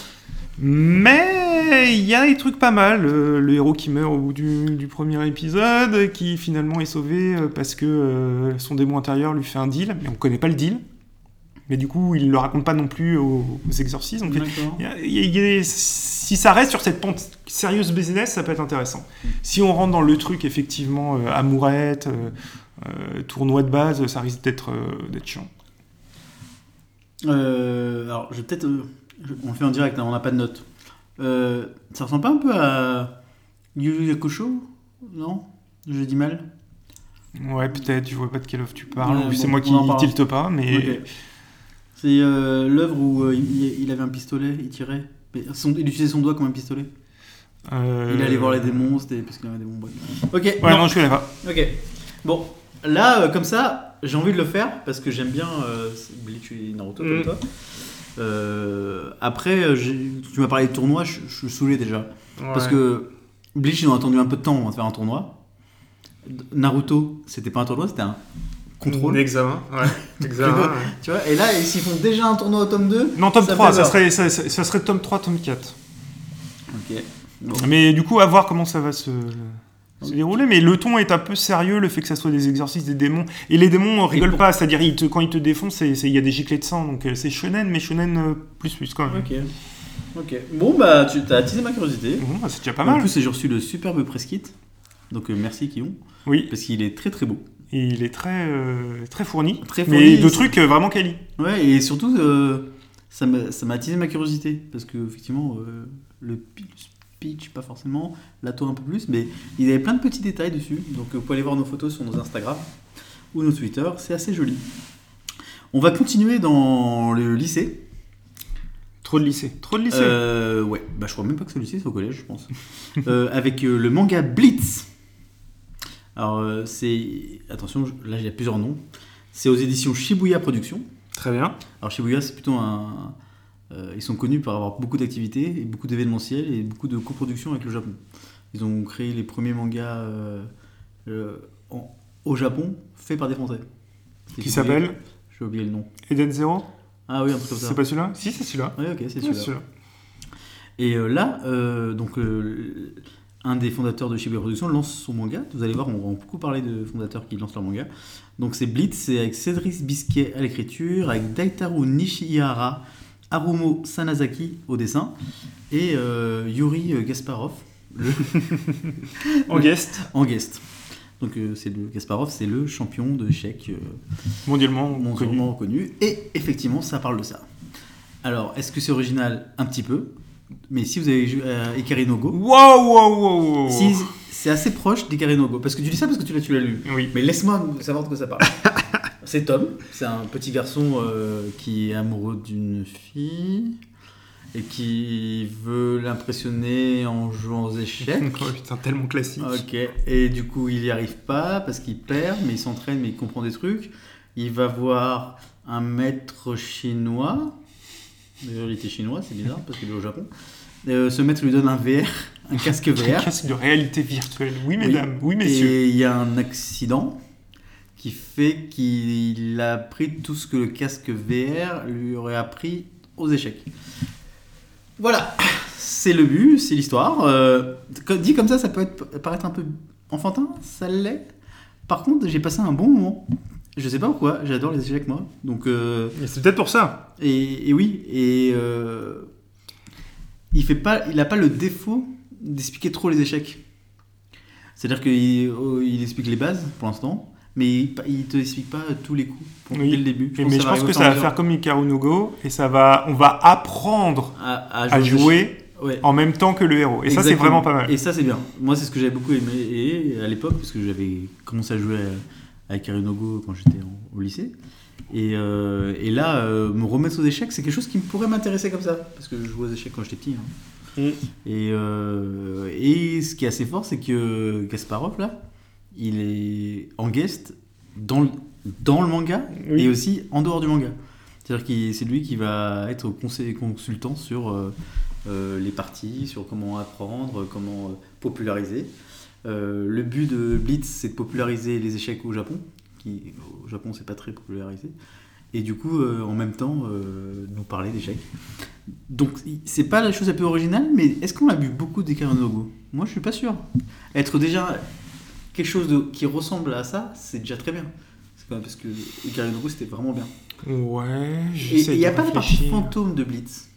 Mais il y a des trucs pas mal. Euh, le héros qui meurt au bout du, du premier épisode, qui finalement est sauvé euh, parce que euh, son démon intérieur lui fait un deal, mais on connaît pas le deal. Mais du coup, il le raconte pas non plus aux, aux exorcistes. Donc, D'accord. il y a- il y a- il y a- si ça reste sur cette pente sérieuse business, ça peut être intéressant. Mm. Si on rentre dans le truc, effectivement, euh, amourette, euh, euh, tournoi de base, ça risque d'être euh, d'être chiant. Euh, alors, je vais peut-être. euh, je- on le fait en direct, hein, on n'a pas de notes. Euh, ça ressemble pas un peu à Yu Yu Hakusho? Non? Je dis mal? Ouais, peut-être, je vois pas de quelle offre tu parles, Ouais, ou c'est bon, moi on qui en parle. tilte pas, mais... Ok. C'est euh, l'œuvre où euh, il, il avait un pistolet, il tirait. Mais son- il utilisait son doigt comme un pistolet. euh, Il allait voir les démons, c'était parce qu'il avait des démons. bref. Ok, Ouais, non. non, je connais pas. Ok. Bon, là, euh, comme ça, j'ai envie de le faire parce que j'aime bien euh, Bleach et Naruto comme Mm. toi. Euh, après, euh, j'ai- tu m'as parlé de tournoi, je, je suis saoulé déjà. Parce Ouais. que Bleach, ils ont attendu un peu de temps avant de faire un tournoi. Naruto, c'était pas un tournoi, c'était un contrôle. Examen, ouais. Examen, ouais. Tu vois, et là, s'ils font déjà un tournoi au tome deux. Non, tome ça trois, fait ça peur. serait, ça, ça- ça serait tome trois, tome quatre. Ok. Bon. Mais du coup, à voir comment ça va se, se dérouler. Mais le ton est un peu sérieux, le fait que ça soit des exorcismes, des démons. Et les démons on rigole pour- pas, c'est-à-dire ils te- quand ils te défoncent, c'est- c'est- il y a des giclées de sang. Donc euh, c'est shonen, mais shonen euh, plus plus quand même. Ok. Ok. Bon, bah, tu as attisé ma curiosité. Bon, bah, c'est déjà pas En mal. plus, j'ai reçu le superbe press kit. Donc, euh, merci, Kion. Oui, Parce qu'il est très très beau. et il est très, euh, très fourni. Très Mais fourni, de c'est- trucs euh, vraiment quali. Ouais, et surtout, euh, ça m'a ça m'a attisé ma curiosité. Parce que, effectivement, euh, le pi- speech, pas forcément, l'ato un peu plus, mais il y avait plein de petits détails dessus. Donc, euh, vous pouvez aller voir nos photos sur nos Instagram ou nos Twitter. C'est assez joli. On va continuer dans le lycée. Trop de lycée. Trop de lycée. Euh, ouais, bah je crois même pas que c'est au lycée, c'est au collège, je pense. Euh, avec euh, le manga Blitz. Alors, euh, c'est. Attention, je- là, il y a plusieurs noms. C'est aux éditions Shibuya Productions. Très bien. Alors, Shibuya, c'est plutôt un. euh, ils sont connus pour avoir beaucoup d'activités, et beaucoup d'événementiels et beaucoup de coproductions avec le Japon. Ils ont créé les premiers mangas euh, euh, en- au Japon faits par des Français. Qui J'ai s'appelle oublié- J'ai oublié le nom. Eden Zero. Ah oui, un truc comme ça. C'est pas celui-là? Si, c'est celui-là. Oui, ok, c'est Ouais, celui-là. celui-là. Et euh, là, euh, donc, euh, un des fondateurs de Shibuya Productions lance son manga. Vous allez voir, on va beaucoup parler de fondateurs qui lancent leur manga. Donc c'est Blitz, c'est avec Cédric Bisquet à l'écriture, avec Daitaru Nishihara, Harumo Sanazaki au dessin, et euh, Yuri Gasparov le... En guest. en guest. Donc euh, c'est le Gasparov, c'est le champion de échecs euh, Mondialement mondialement reconnu. Et effectivement, ça parle de ça. Alors, est-ce que c'est original? Un petit peu. Mais si vous avez joué à Ikari no Go, Wow, wow, wow, wow. si, c'est assez proche d'Ikari no Go. Parce que tu dis ça parce que tu l'as, tu l'as lu. Oui. Mais laisse-moi savoir de quoi ça parle. C'est Tom, c'est un petit garçon euh, qui est amoureux d'une fille et qui veut l'impressionner en jouant aux échecs. Oh putain, tellement classique. Ok, et du coup il n'y arrive pas parce qu'il perd, mais il s'entraîne, mais il comprend des trucs. Il va voir un maître chinois. D'ailleurs, il était chinois, c'est bizarre parce qu'il est au Japon. Euh, ce maître lui donne un V R, un casque V R. Un casque de réalité virtuelle. Oui, mesdames, oui, oui messieurs. Et il y a un accident qui fait qu'il a appris tout ce que le casque V R lui aurait appris aux échecs. Voilà, c'est le but, c'est l'histoire. Euh, dit comme ça, ça peut être, paraître un peu enfantin, ça l'est. Par contre, j'ai passé un bon moment. Je sais pas pourquoi, j'adore les échecs moi. Donc, euh, et c'est peut-être pour ça. Et, et oui, et euh, il fait pas, il a pas le défaut d'expliquer trop les échecs. C'est-à-dire qu'il oh, il explique les bases pour l'instant, mais il, il te explique pas tous les coups pour, oui. dès le début. Je mais je pense que ça va faire comme Hikaru no Go et ça va, on va apprendre à, à jouer, à jouer ouais. en même temps que le héros. Et Exactement. Ça, c'est vraiment pas mal. Et ça, c'est bien. Moi, c'est ce que j'avais beaucoup aimé et à l'époque, parce que j'avais commencé à jouer à Hikaru no Go quand j'étais au lycée. Et, euh, et là, euh, me remettre aux échecs, c'est quelque chose qui pourrait m'intéresser comme ça, parce que je jouais aux échecs quand j'étais petit. Hein. Mm. Et, euh, et ce qui est assez fort, c'est que Gasparov, là, il est en guest dans le, dans le manga oui. et aussi en dehors du manga. C'est-à-dire que c'est lui qui va être conseiller consultant sur euh, euh, les parties, sur comment apprendre, comment euh, populariser. Euh, le but de Blitz, c'est de populariser les échecs au Japon. Qui, au Japon, c'est pas très popularisé. Et du coup, euh, en même temps, euh, nous parler d'échecs. Donc, c'est pas la chose un peu originale, mais est-ce qu'on a vu beaucoup d'Hikaru no Go ? Moi, je suis pas sûr. Être déjà quelque chose de, qui ressemble à ça, c'est déjà très bien. C'est quand même parce que Hikaru no Go, c'était vraiment bien. Ouais, et il n'y a pas de partie fantôme de Blitz.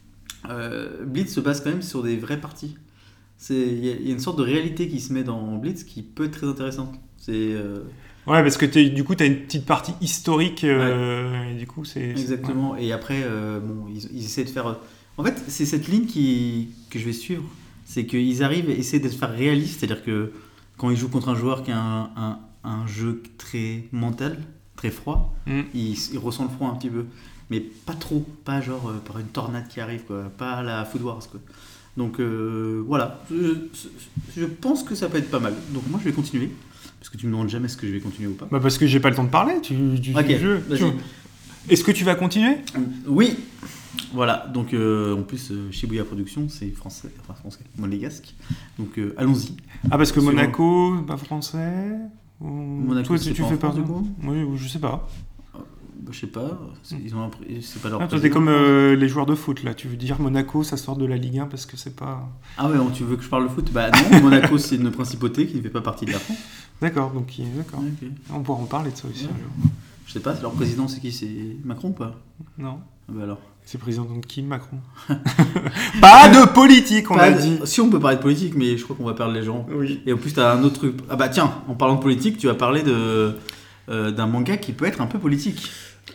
Euh, Blitz se base quand même sur des vraies parties. Il y, y a une sorte de réalité qui se met dans Blitz qui peut être très intéressante. C'est... Euh... Ouais, parce que du coup, tu as une petite partie historique. Euh, ouais. Et du coup, c'est. Exactement. Ouais. Et après, euh, bon, ils, ils essaient de faire. En fait, c'est cette ligne qui, que je vais suivre. C'est qu'ils arrivent à essayer de faire réaliste. C'est-à-dire que quand ils jouent contre un joueur qui a un, un, un jeu très mental, très froid, mm. il, il ressent le froid un petit peu. Mais pas trop. Pas genre euh, par une tornade qui arrive, quoi. Pas à la Food Wars, quoi. Donc euh, voilà. Je, je pense que ça peut être pas mal. Donc moi, je vais continuer. Parce que tu me demandes jamais ce que je vais continuer ou pas. Bah parce que j'ai pas le temps de parler tu, du okay, jeu. Tu... Est-ce que tu vas continuer ? Oui. Voilà. Donc euh, en plus euh, Shibuya Productions c'est français, enfin français, monégasque. Donc euh, allons-y. Ah parce que Sur... Monaco, pas français. Ou... Monaco, toi c'est tu pas fais pas du coup ? Oui, je sais pas. Euh, bah, je sais pas. C'est, ils ont un... c'est pas leur. Ah, toi t'es comme euh, les joueurs de foot là. Tu veux dire Monaco, ça sort de la Ligue un parce que c'est pas. Ah ouais, tu veux que je parle de foot ? Bah non. Monaco c'est une principauté qui ne fait pas partie de la France. D'accord, donc d'accord. Okay. On pourra en parler de ça aussi. Ouais. Je sais pas, leur président c'est qui ? C'est Macron ou pas ? Non. Ah bah alors. C'est président de qui, Macron ? Pas de politique, on pas a de... dit. Si on peut parler de politique, mais je crois qu'on va perdre les gens. Oui. Et en plus t'as un autre truc. Ah bah tiens, en parlant de politique, tu as parlé de euh, d'un manga qui peut être un peu politique.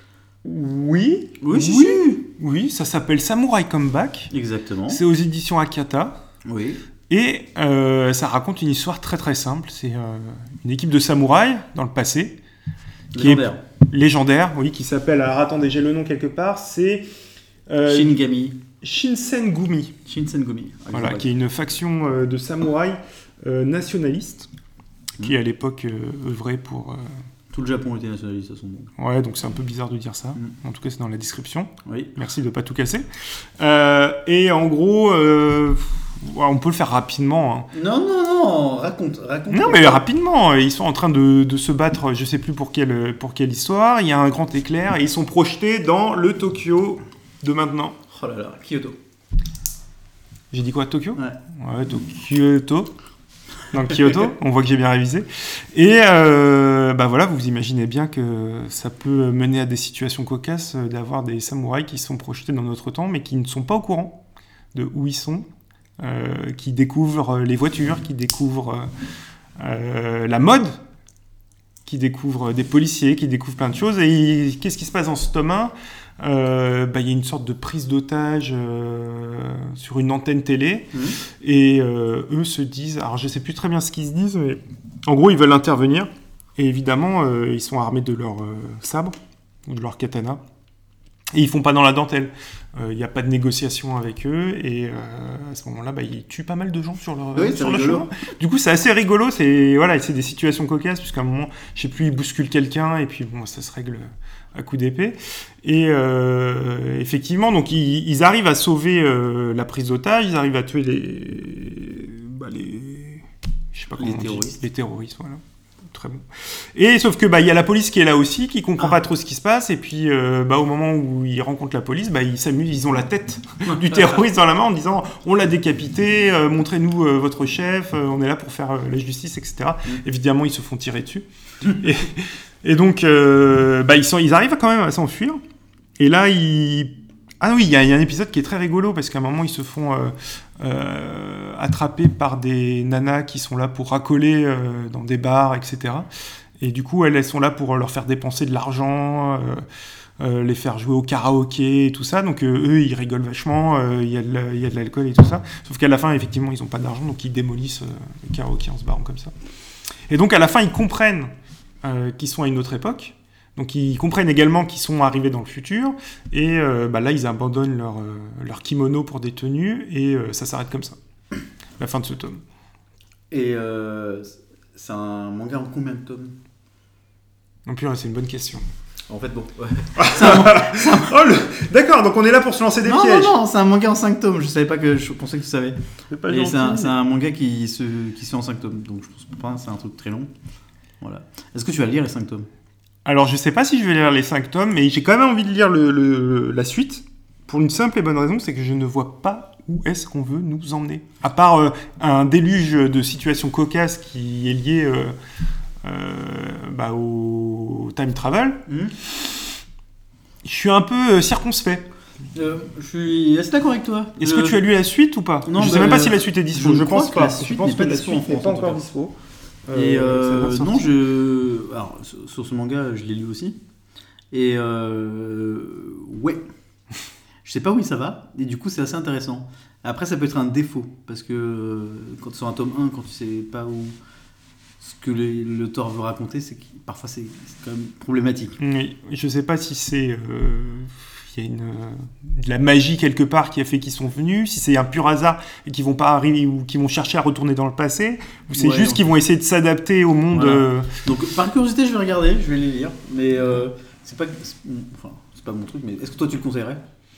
Oui. Oui, si, oui. Si. Oui, ça s'appelle Samurai Comeback. Exactement. C'est aux éditions Akata. Oui. Et euh, ça raconte une histoire très très simple. C'est euh, une équipe de samouraïs dans le passé. Qui légendaire. Est légendaire, oui, qui s'appelle... Alors attendez, j'ai le nom quelque part. C'est... Euh, Shingami. Shinsengumi. Shinsengumi. Voilà, qui est une faction euh, de samouraïs euh, nationalistes mmh. qui à l'époque euh, œuvrait pour... Euh... Tout le Japon était nationaliste à son moment. Ouais, donc c'est un peu bizarre de dire ça. Mmh. En tout cas, c'est dans la description. Oui. Merci de ne pas tout casser. Euh, et en gros... Euh... on peut le faire rapidement. Hein. Non, non, non, non, raconte, raconte. Non, mais rapidement, ils sont en train de, de se battre, je sais plus pour quelle, pour quelle histoire. Il y a un grand éclair et ils sont projetés dans le Tokyo de maintenant. Oh là là, Kyoto. J'ai dit quoi, Tokyo ? Ouais. Ouais, Kyoto. Donc Kyoto, on voit que j'ai bien révisé. Et euh, bah voilà, vous imaginez bien que ça peut mener à des situations cocasses d'avoir des samouraïs qui sont projetés dans notre temps, mais qui ne sont pas au courant de où ils sont, euh, qui découvrent les voitures, qui découvrent euh, la mode, qui découvrent des policiers, qui découvrent plein de choses. Et il, qu'est-ce qui se passe dans ce tome un ? Euh, bah, y a une sorte de prise d'otage euh, sur une antenne télé mmh. et euh, eux se disent, alors je sais plus très bien ce qu'ils se disent, mais en gros ils veulent intervenir et évidemment euh, ils sont armés de leur euh, sabre ou de leur katana et ils font pas dans la dentelle, il euh, n'y a pas de négociation avec eux et euh, à ce moment-là bah, ils tuent pas mal de gens sur leur, oui, sur le chemin. Du coup c'est assez rigolo, c'est, voilà, c'est des situations cocasses puisqu'à un moment je sais plus, ils bousculent quelqu'un et puis bon, ça se règle à coup d'épée. Et euh, effectivement, donc ils, ils arrivent à sauver euh, la prise d'otage, ils arrivent à tuer les, bah, les, je sais pas comment les on dit, terroristes. les terroristes, voilà. Très bon. Et sauf que bah il y a la police qui est là aussi, qui comprend ah. pas trop ce qui se passe, et puis euh, bah au moment où ils rencontrent la police, bah ils s'amusent, ils ont la tête du terroriste dans la main en disant on l'a décapité, euh, montrez-nous euh, votre chef, euh, on est là pour faire euh, la justice, et cetera. Mm. Évidemment, ils se font tirer dessus. et, et donc euh, bah ils sont, ils arrivent quand même à s'enfuir. Et là ils ah oui, il y, y a un épisode qui est très rigolo parce qu'à un moment ils se font euh, euh, attraper par des nanas qui sont là pour racoler euh, dans des bars, et cetera. Et du coup elles, elles sont là pour leur faire dépenser de l'argent, euh, euh, les faire jouer au karaoké et tout ça. Donc euh, eux ils rigolent vachement, il euh, y, y, y a de l'alcool et tout ça. Sauf qu'à la fin effectivement ils n'ont pas d'argent donc ils démolissent euh, le karaoké en se barrant comme ça. Et donc à la fin ils comprennent euh, qu'ils sont à une autre époque. Donc ils comprennent également qu'ils sont arrivés dans le futur, et euh, bah là ils abandonnent leur, euh, leur kimono pour des tenues, et euh, ça s'arrête comme ça, la fin de ce tome. Et euh, c'est un manga en combien de tomes ? Non plus, c'est une bonne question. En fait, bon. Ouais. c'est un, c'est un... oh, le... D'accord, donc on est là pour se lancer des non, pièges. Non, non, c'est un manga en cinq tomes, je savais pas que je pensais que tu savais. C'est pas et gentil, c'est un, mais... c'est un manga qui se, qui se fait en cinq tomes, donc je pense pas, c'est un truc très long. Voilà. Est-ce que tu vas lire les cinq tomes ? Alors, je sais pas si je vais lire les cinq tomes, mais j'ai quand même envie de lire le, le, la suite, pour une simple et bonne raison, c'est que je ne vois pas où est-ce qu'on veut nous emmener. À part euh, un déluge de situations cocasses qui est lié euh, euh, bah, au time travel, mmh. je suis un peu circonspect. Euh, je suis assez d'accord avec toi. Est-ce le... que tu as lu la suite ou pas ? Non, je bah, sais même pas si la suite est dispo, je, je pense que pas. La suite je pense que la dispo, suite n'est pas encore dispo. Euh, Et euh, non, je. Alors, sur ce manga, je l'ai lu aussi. Et euh... ouais. Je sais pas où ça va. Et du coup, c'est assez intéressant. Après, ça peut être un défaut. Parce que quand sur un tome un, quand tu sais pas où. Ce que les, l'auteur veut raconter, c'est que parfois c'est, c'est quand même problématique. Oui, je sais pas si c'est. Euh... Il y a une, de la magie quelque part qui a fait qu'ils sont venus, si c'est un pur hasard et qu'ils vont pas arriver ou qu'ils vont chercher à retourner dans le passé, ou c'est ouais, juste qu'ils vont essayer de s'adapter au monde. Voilà. Euh... Donc par curiosité, je vais regarder, je vais les lire, mais euh, c'est pas, c'est, enfin, c'est pas mon truc. Mais est-ce que toi tu le conseillerais ?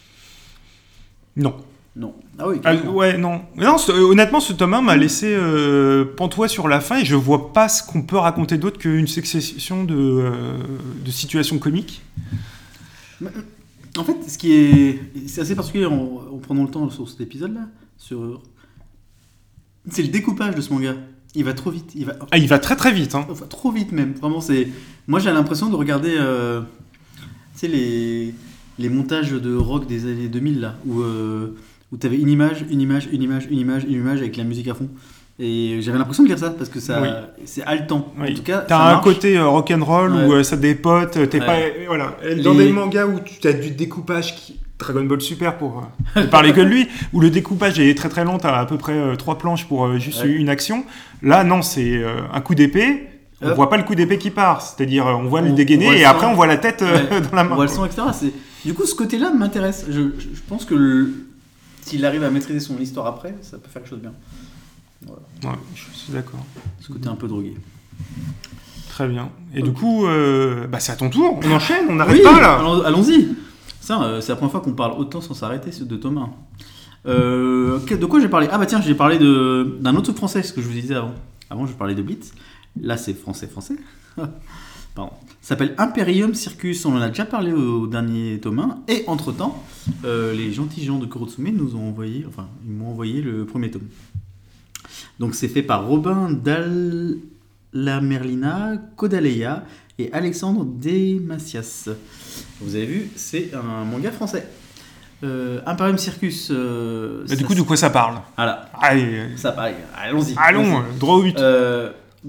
Non. Non. Ah oui. Ah, ouais, non. Non, ce, honnêtement, ce tome un m'a laissé euh, pantois sur la fin et je vois pas ce qu'on peut raconter d'autre qu'une succession de, euh, de situations comiques. Mais... En fait, ce qui est, c'est assez particulier en, en prenant le temps sur cet épisode-là, sur, c'est le découpage de ce manga. Il va trop vite. Il va, ah, il va très très vite. Hein. Enfin, trop vite même. Vraiment, c'est. Moi, j'ai l'impression de regarder, euh, tu sais, les les montages de rock des années deux mille là, où euh, où t'avais une image, une image, une image, une image, une image avec la musique à fond. Et j'avais l'impression de lire ça parce que ça, oui. c'est haletant. Oui. En tout cas, t'as ça un marche. côté euh, rock'n'roll ouais. où euh, ça dépote. T'es ouais. pas, voilà. Dans Les... des mangas où tu as du découpage, qui... Dragon Ball Super pour euh, parler que de lui, où le découpage est très très long, t'as à peu près euh, trois planches pour euh, juste ouais. une action. Là, non, c'est euh, un coup d'épée. On euh... voit pas le coup d'épée qui part, c'est-à-dire on voit on, le dégainer et le après on voit la tête euh, ouais. dans la main. On voit le sang, et cetera. C'est... Du coup, ce côté-là m'intéresse. Je, je, je pense que le... s'il arrive à maîtriser son histoire après, ça peut faire quelque chose de bien. Voilà. Ouais, je suis d'accord. Ce côté un peu drogué. Très bien. Et okay. du coup, euh, bah c'est à ton tour. On enchaîne, on n'arrête oui, pas là. Allons, allons-y. Ça, euh, c'est la première fois qu'on parle autant sans s'arrêter de Thomas. Euh, de quoi j'ai parlé? Ah bah tiens, j'ai parlé de, d'un autre truc français, ce que je vous disais avant. Avant, je parlais de Blitz. Là, c'est français-français. Pardon. Ça s'appelle Imperium Circus. On en a déjà parlé au dernier tome un. Et entre-temps, euh, les gentils gens de Kurotsume nous ont envoyé, enfin, ils m'ont envoyé le premier tome. Donc, c'est fait par Robin Dalla Merlina, Kodaleya et Alexandre Desmacias. Vous avez vu, c'est un manga français. Euh, Imperium Circus. Euh, Mais du coup, de quoi ça parle? Voilà. Allez, Ça parle. Allons-y. allons, allons-y. droit au but. Euh,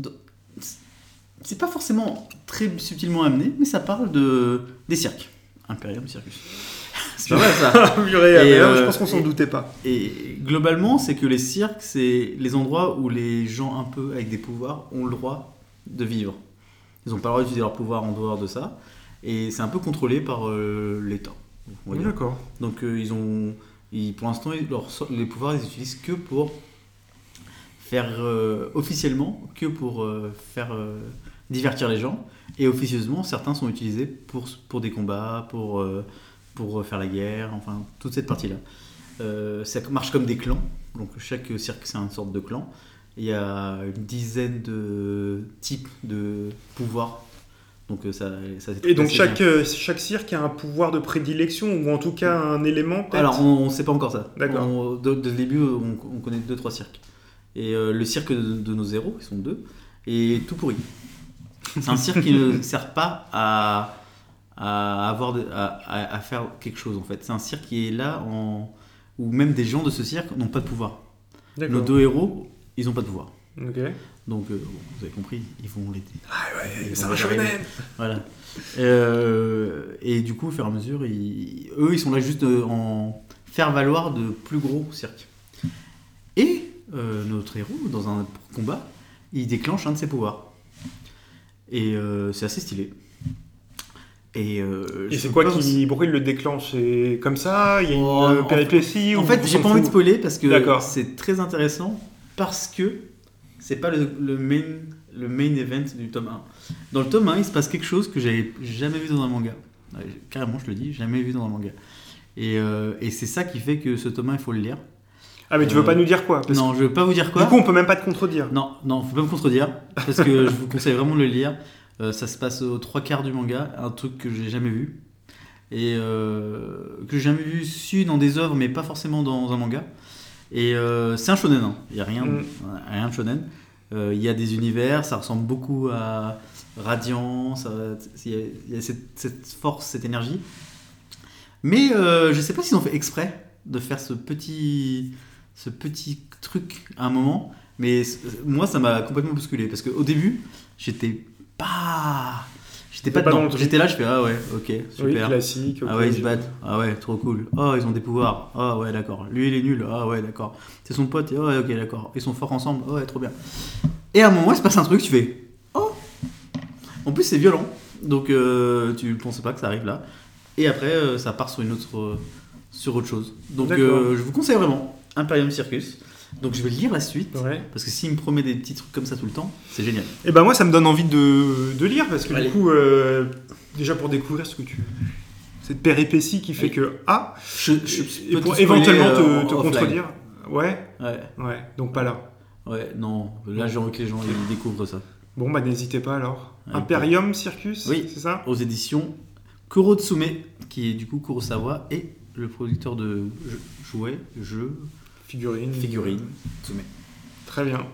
c'est pas forcément très subtilement amené, mais ça parle de des cirques. Imperium Circus. C'est pas mal ça. Purée, Et, mais là, euh, je pense qu'on s'en et- doutait pas. Et globalement, c'est que les cirques, c'est les endroits où les gens un peu avec des pouvoirs ont le droit de vivre. Ils n'ont pas le droit d'utiliser leur pouvoir en dehors de ça. Et c'est un peu contrôlé par euh, l'État. on va dire. D'accord. Donc euh, ils ont, ils, pour l'instant, ils- leur so- les pouvoirs, ils utilisent que pour faire euh, officiellement, que pour euh, faire euh, divertir les gens. Et officieusement, certains sont utilisés pour, pour des combats, pour, euh, pour faire la guerre, enfin toute cette partie-là. Euh, ça marche comme des clans. Donc chaque cirque, c'est une sorte de clan. Il y a une dizaine de types de pouvoirs. Donc euh, ça, ça c'est Et donc assez chaque, bien. euh, chaque cirque a un pouvoir de prédilection, ou en tout cas un élément peut-être. Alors on ne sait pas encore ça. D'accord. On- De, de début, on, on connaît deux trois cirques. Et euh, le cirque de, de nos héros, ils sont deux, est tout pourri. C'est un cirque qui ne sert pas à, à, avoir de- à, à- à faire quelque chose en fait. C'est un cirque qui est là en... où même des gens de ce cirque n'ont pas de pouvoir. Nos D'accord. deux héros, ils n'ont pas de pouvoir. Ok. Donc euh, bon, vous avez compris, ils vont l'aider. Ah ouais, Ils c'est vont un les arriver. shonen. Voilà. Euh, et du coup, au fur et à mesure, ils- eux, ils sont là juste euh, en faire valoir de plus gros cirques. Et euh, notre héros, dans un combat, il déclenche un de ses pouvoirs. Et euh, c'est assez stylé. Et, euh, Et je c'est peux quoi pas qui. Pourquoi il le déclenche? C'est comme ça? Il y a une Oh, euh, en- péripétie? En ou fait, on j'ai s'en pas envie de fout? spoiler parce que D'accord. c'est très intéressant parce que c'est pas le, le main le main event du tome un. Dans le tome un, il se passe quelque chose que j'avais jamais vu dans un manga. Ouais, carrément, je le dis, jamais vu dans un manga. Et, euh, et c'est ça qui fait que ce tome un, il faut le lire. Ah, mais tu veux Euh, pas nous dire quoi? Parce Non, je veux pas vous dire que, quoi. du coup, on peut même pas te contredire. Non, non, faut pas me contredire parce que je vous conseille vraiment de le lire. Euh, ça se passe aux trois quarts du manga, un truc que j'ai jamais vu et euh, que j'ai jamais vu su dans des œuvres, mais pas forcément dans un manga. Et euh, c'est un shonen, hein. Il y a rien, Mm. rien de shonen. Euh, Il y a des univers, ça ressemble beaucoup à Radiant, ça- il y a, il y a cette, cette force, cette énergie. Mais euh, je sais pas s'ils ont fait exprès de faire ce petit, ce petit truc à un moment. Mais c- moi, ça m'a complètement bousculé parce qu'au début, j'étais pas, j'étais pas pas dans dedans. le truc. J'étais là, je fais ah ouais, ok, Oui, super. classique. Ah ok. ouais, ils se battent. Ah ouais, trop cool. Oh, ils ont des pouvoirs. Ah ouais, d'accord. Lui, il est nul. Ah ouais, d'accord. C'est son pote. Ah ouais, ok, d'accord. Ils sont forts ensemble. Ah ouais, trop bien. Et à un moment, il se passe un truc, tu fais oh. En plus, c'est violent. Donc, euh, tu ne pensais pas que ça arrive là. Et après, euh, ça part sur une autre, euh, sur autre chose. Donc, D'accord. euh, je vous conseille vraiment Imperium Circus. Donc, je vais lire la suite. Ouais. Parce que s'il me promet des petits trucs comme ça tout le temps, c'est génial. Et ben moi, ça me donne envie de, de lire parce que Allez. du coup, euh, déjà pour découvrir ce que tu. Cette péripétie qui fait Allez. que. Ah Je, je Et peux pour te spoiler, éventuellement euh, te, te en- offline. contredire. Ouais, Ouais, ouais, donc pas là. ouais, non. Là, j'ai envie que les gens ils découvrent ça. Bon, bah n'hésitez pas alors. Avec Imperium Circus, Oui. c'est ça? Aux éditions Kurotsume, qui est du coup Kurosawa et le producteur de jeux- jouets, jeux, Figurine. figurines, Tsume. Très bien.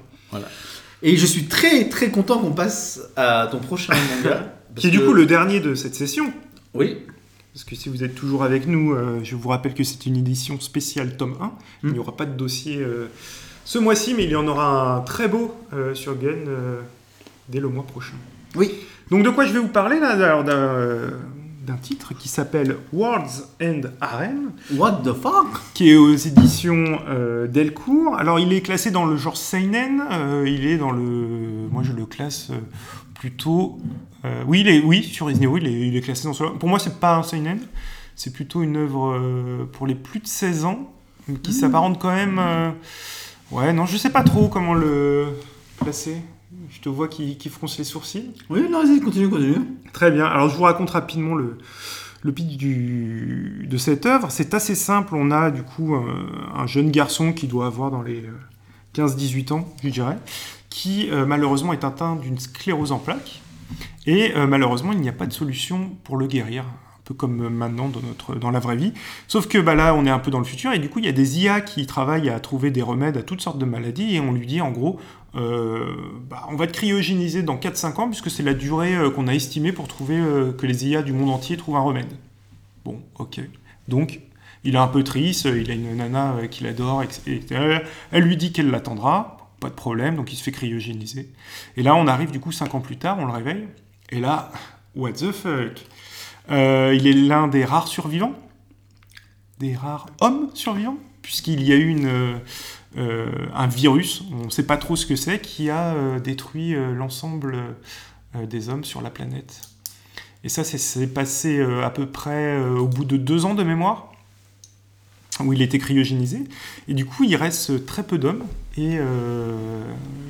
Et je suis très très content qu'on passe à ton prochain manga. Qui est du coup le dernier de cette session. Oui. Parce que si vous êtes toujours avec nous, euh, je vous rappelle que c'est une édition spéciale tome un. Il Hmm. n'y aura pas de dossier euh, ce mois-ci, mais il y en aura un très beau euh, sur Gun euh, dès le mois prochain. Oui. Donc de quoi je vais vous parler là? Alors, d'un, euh, d'un titre qui s'appelle Words and Harem, What the fuck? qui est aux éditions euh, Delcourt. Alors il est classé dans le genre seinen, euh, il est dans le... Moi je le classe euh, plutôt... euh, oui, il est, oui, sur Isneo, il est, il est classé dans ce... Pour moi c'est pas un seinen, c'est plutôt une œuvre euh, pour les plus de seize ans, qui Mmh. s'apparente quand même... euh, Ouais, non, je sais pas trop comment le classer. Je te vois qui, qui fronce les sourcils. Oui, non, vas-y, continue, continue. Très bien. Alors, je vous raconte rapidement le, le pitch du, de cette œuvre, c'est assez simple. On a du coup un, un jeune garçon qui doit avoir dans les quinze dix-huit ans, je dirais, qui euh, malheureusement est atteint d'une sclérose en plaques. Et euh, malheureusement, il n'y a pas de solution pour le guérir. Un peu comme maintenant dans, notre, dans la vraie vie. Sauf que bah, là, on est un peu dans le futur, et du coup, il y a des I A qui travaillent à trouver des remèdes à toutes sortes de maladies, et on lui dit en gros, euh, bah, on va te cryogéniser dans quatre cinq ans, puisque c'est la durée euh, qu'on a estimée pour trouver euh, que les I A du monde entier trouvent un remède. Bon, ok. Donc, il est un peu triste, il a une nana euh, qu'il adore, et cetera. Elle lui dit qu'elle l'attendra, pas de problème, donc il se fait cryogéniser. Et là, on arrive du coup cinq ans plus tard, on le réveille, et là, what the fuck? Euh, il est l'un des rares survivants, des rares hommes survivants, puisqu'il y a eu une, euh, un virus, on ne sait pas trop ce que c'est, qui a euh, détruit euh, l'ensemble euh, des hommes sur la planète. Et ça, c'est, c'est passé euh, à peu près euh, au bout de deux ans de mémoire, où il était cryogénisé. Et du coup, il reste très peu d'hommes. Et euh,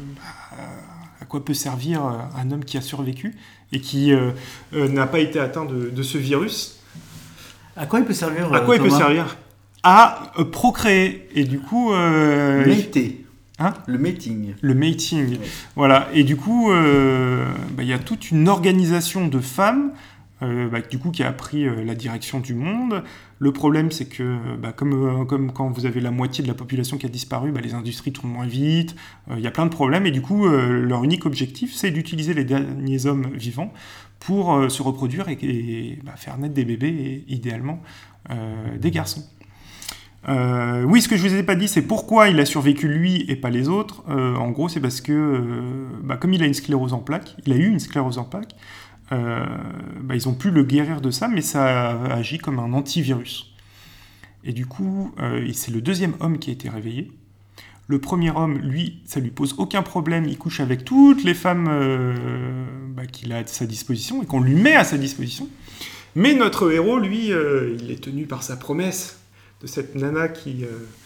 à quoi peut servir un homme qui a survécu et qui euh, euh, n'a pas été atteint de, de ce virus? À quoi il peut servir À quoi euh, il peut servir? À euh, procréer. Et du coup... Euh, Mater. Hein? Le mating. Le mating. Ouais. Voilà. Et du coup, euh, bah, y a toute une organisation de femmes euh, bah, du coup, qui a pris euh, la direction du monde. Le problème, c'est que bah, comme, euh, comme quand vous avez la moitié de la population qui a disparu, bah, les industries tournent moins vite, il euh, y a plein de problèmes, et du coup, euh, leur unique objectif, c'est d'utiliser les derniers hommes vivants pour euh, se reproduire et, et bah, faire naître des bébés, et idéalement euh, des garçons. Euh, oui, ce que je vous ai pas dit, c'est pourquoi il a survécu lui et pas les autres. Euh, en gros, c'est parce que, euh, bah, comme il a une sclérose en plaques, il a eu une sclérose en plaques, euh, bah, ils ont pu le guérir de ça, mais ça agit comme un antivirus. Et du coup, euh, c'est le deuxième homme qui a été réveillé. Le premier homme, lui, ça lui pose aucun problème, il couche avec toutes les femmes euh, bah, qu'il a à sa disposition et qu'on lui met à sa disposition. Mais notre héros, lui, euh, il est tenu par sa promesse de cette nana qui, euh,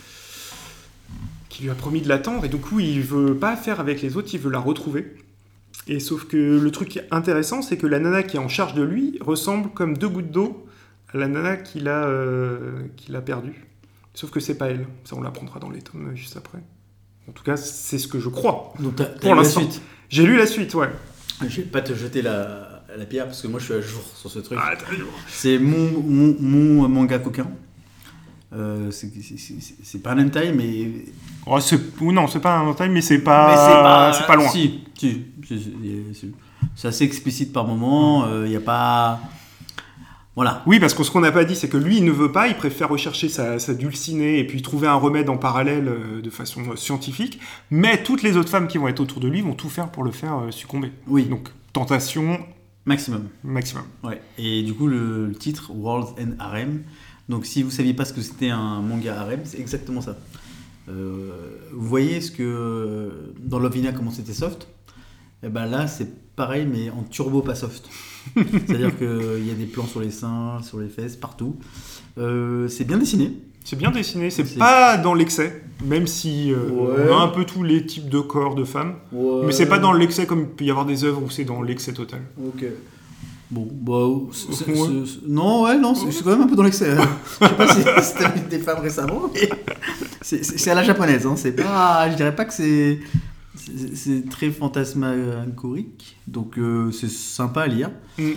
qui lui a promis de l'attendre, et du coup il veut pas faire avec les autres, il veut la retrouver. Et sauf que le truc intéressant, c'est que la nana qui est en charge de lui ressemble comme deux gouttes d'eau à la nana qu'il a, euh, qu'il a perdue. Sauf que c'est pas elle, ça on l'apprendra dans les tomes juste après. En tout cas, c'est ce que je crois. Donc t'as, t'as pour lu l'instant. la suite. J'ai lu la suite, ouais. Je vais pas te jeter la, la pierre parce que moi je suis à jour sur ce truc. Ah, t'as raison. C'est mon, mon, mon manga coquin. Euh, c'est, c'est, c'est, c'est pas un hentai, mais. Oh, c'est... Non, c'est pas un hentai, mais c'est pas, mais c'est pas, c'est pas loin. Si, si, si, si, si. C'est assez explicite par moment, il mmh. n'y euh, a pas. Voilà. Oui, parce que ce qu'on n'a pas dit, c'est que lui, il ne veut pas, il préfère rechercher sa, sa dulcinée et puis trouver un remède en parallèle euh, de façon euh, scientifique, mais toutes les autres femmes qui vont être autour de lui vont tout faire pour le faire euh, succomber. Oui. Donc, tentation. Maximum. Maximum. Ouais. Et du coup, le, le titre, World's End Harem. Donc, si vous ne saviez pas ce que c'était un manga harem, c'est exactement ça. Euh, vous voyez ce que dans Lovina, comment c'était soft? Et ben là, c'est pareil, mais en turbo pas soft. C'est-à-dire qu'il y a des plans sur les seins, sur les fesses, partout. Euh, c'est bien dessiné. C'est bien dessiné, c'est, c'est... pas dans l'excès, même si euh, ouais. on a un peu tous les types de corps de femmes. Ouais. Mais c'est pas dans l'excès comme il peut y avoir des œuvres où c'est dans l'excès total. Ok. Bon, bah. C'est, c'est, ouais. c'est, c'est... Non, ouais, non, c'est, c'est quand même un peu dans l'excès. Je sais pas si c'était avec des femmes récemment, mais c'est, c'est, c'est à la japonaise. Hein. C'est pas, je dirais pas que c'est. C'est, c'est très fantasmagorique, donc euh, c'est sympa à lire. Mm.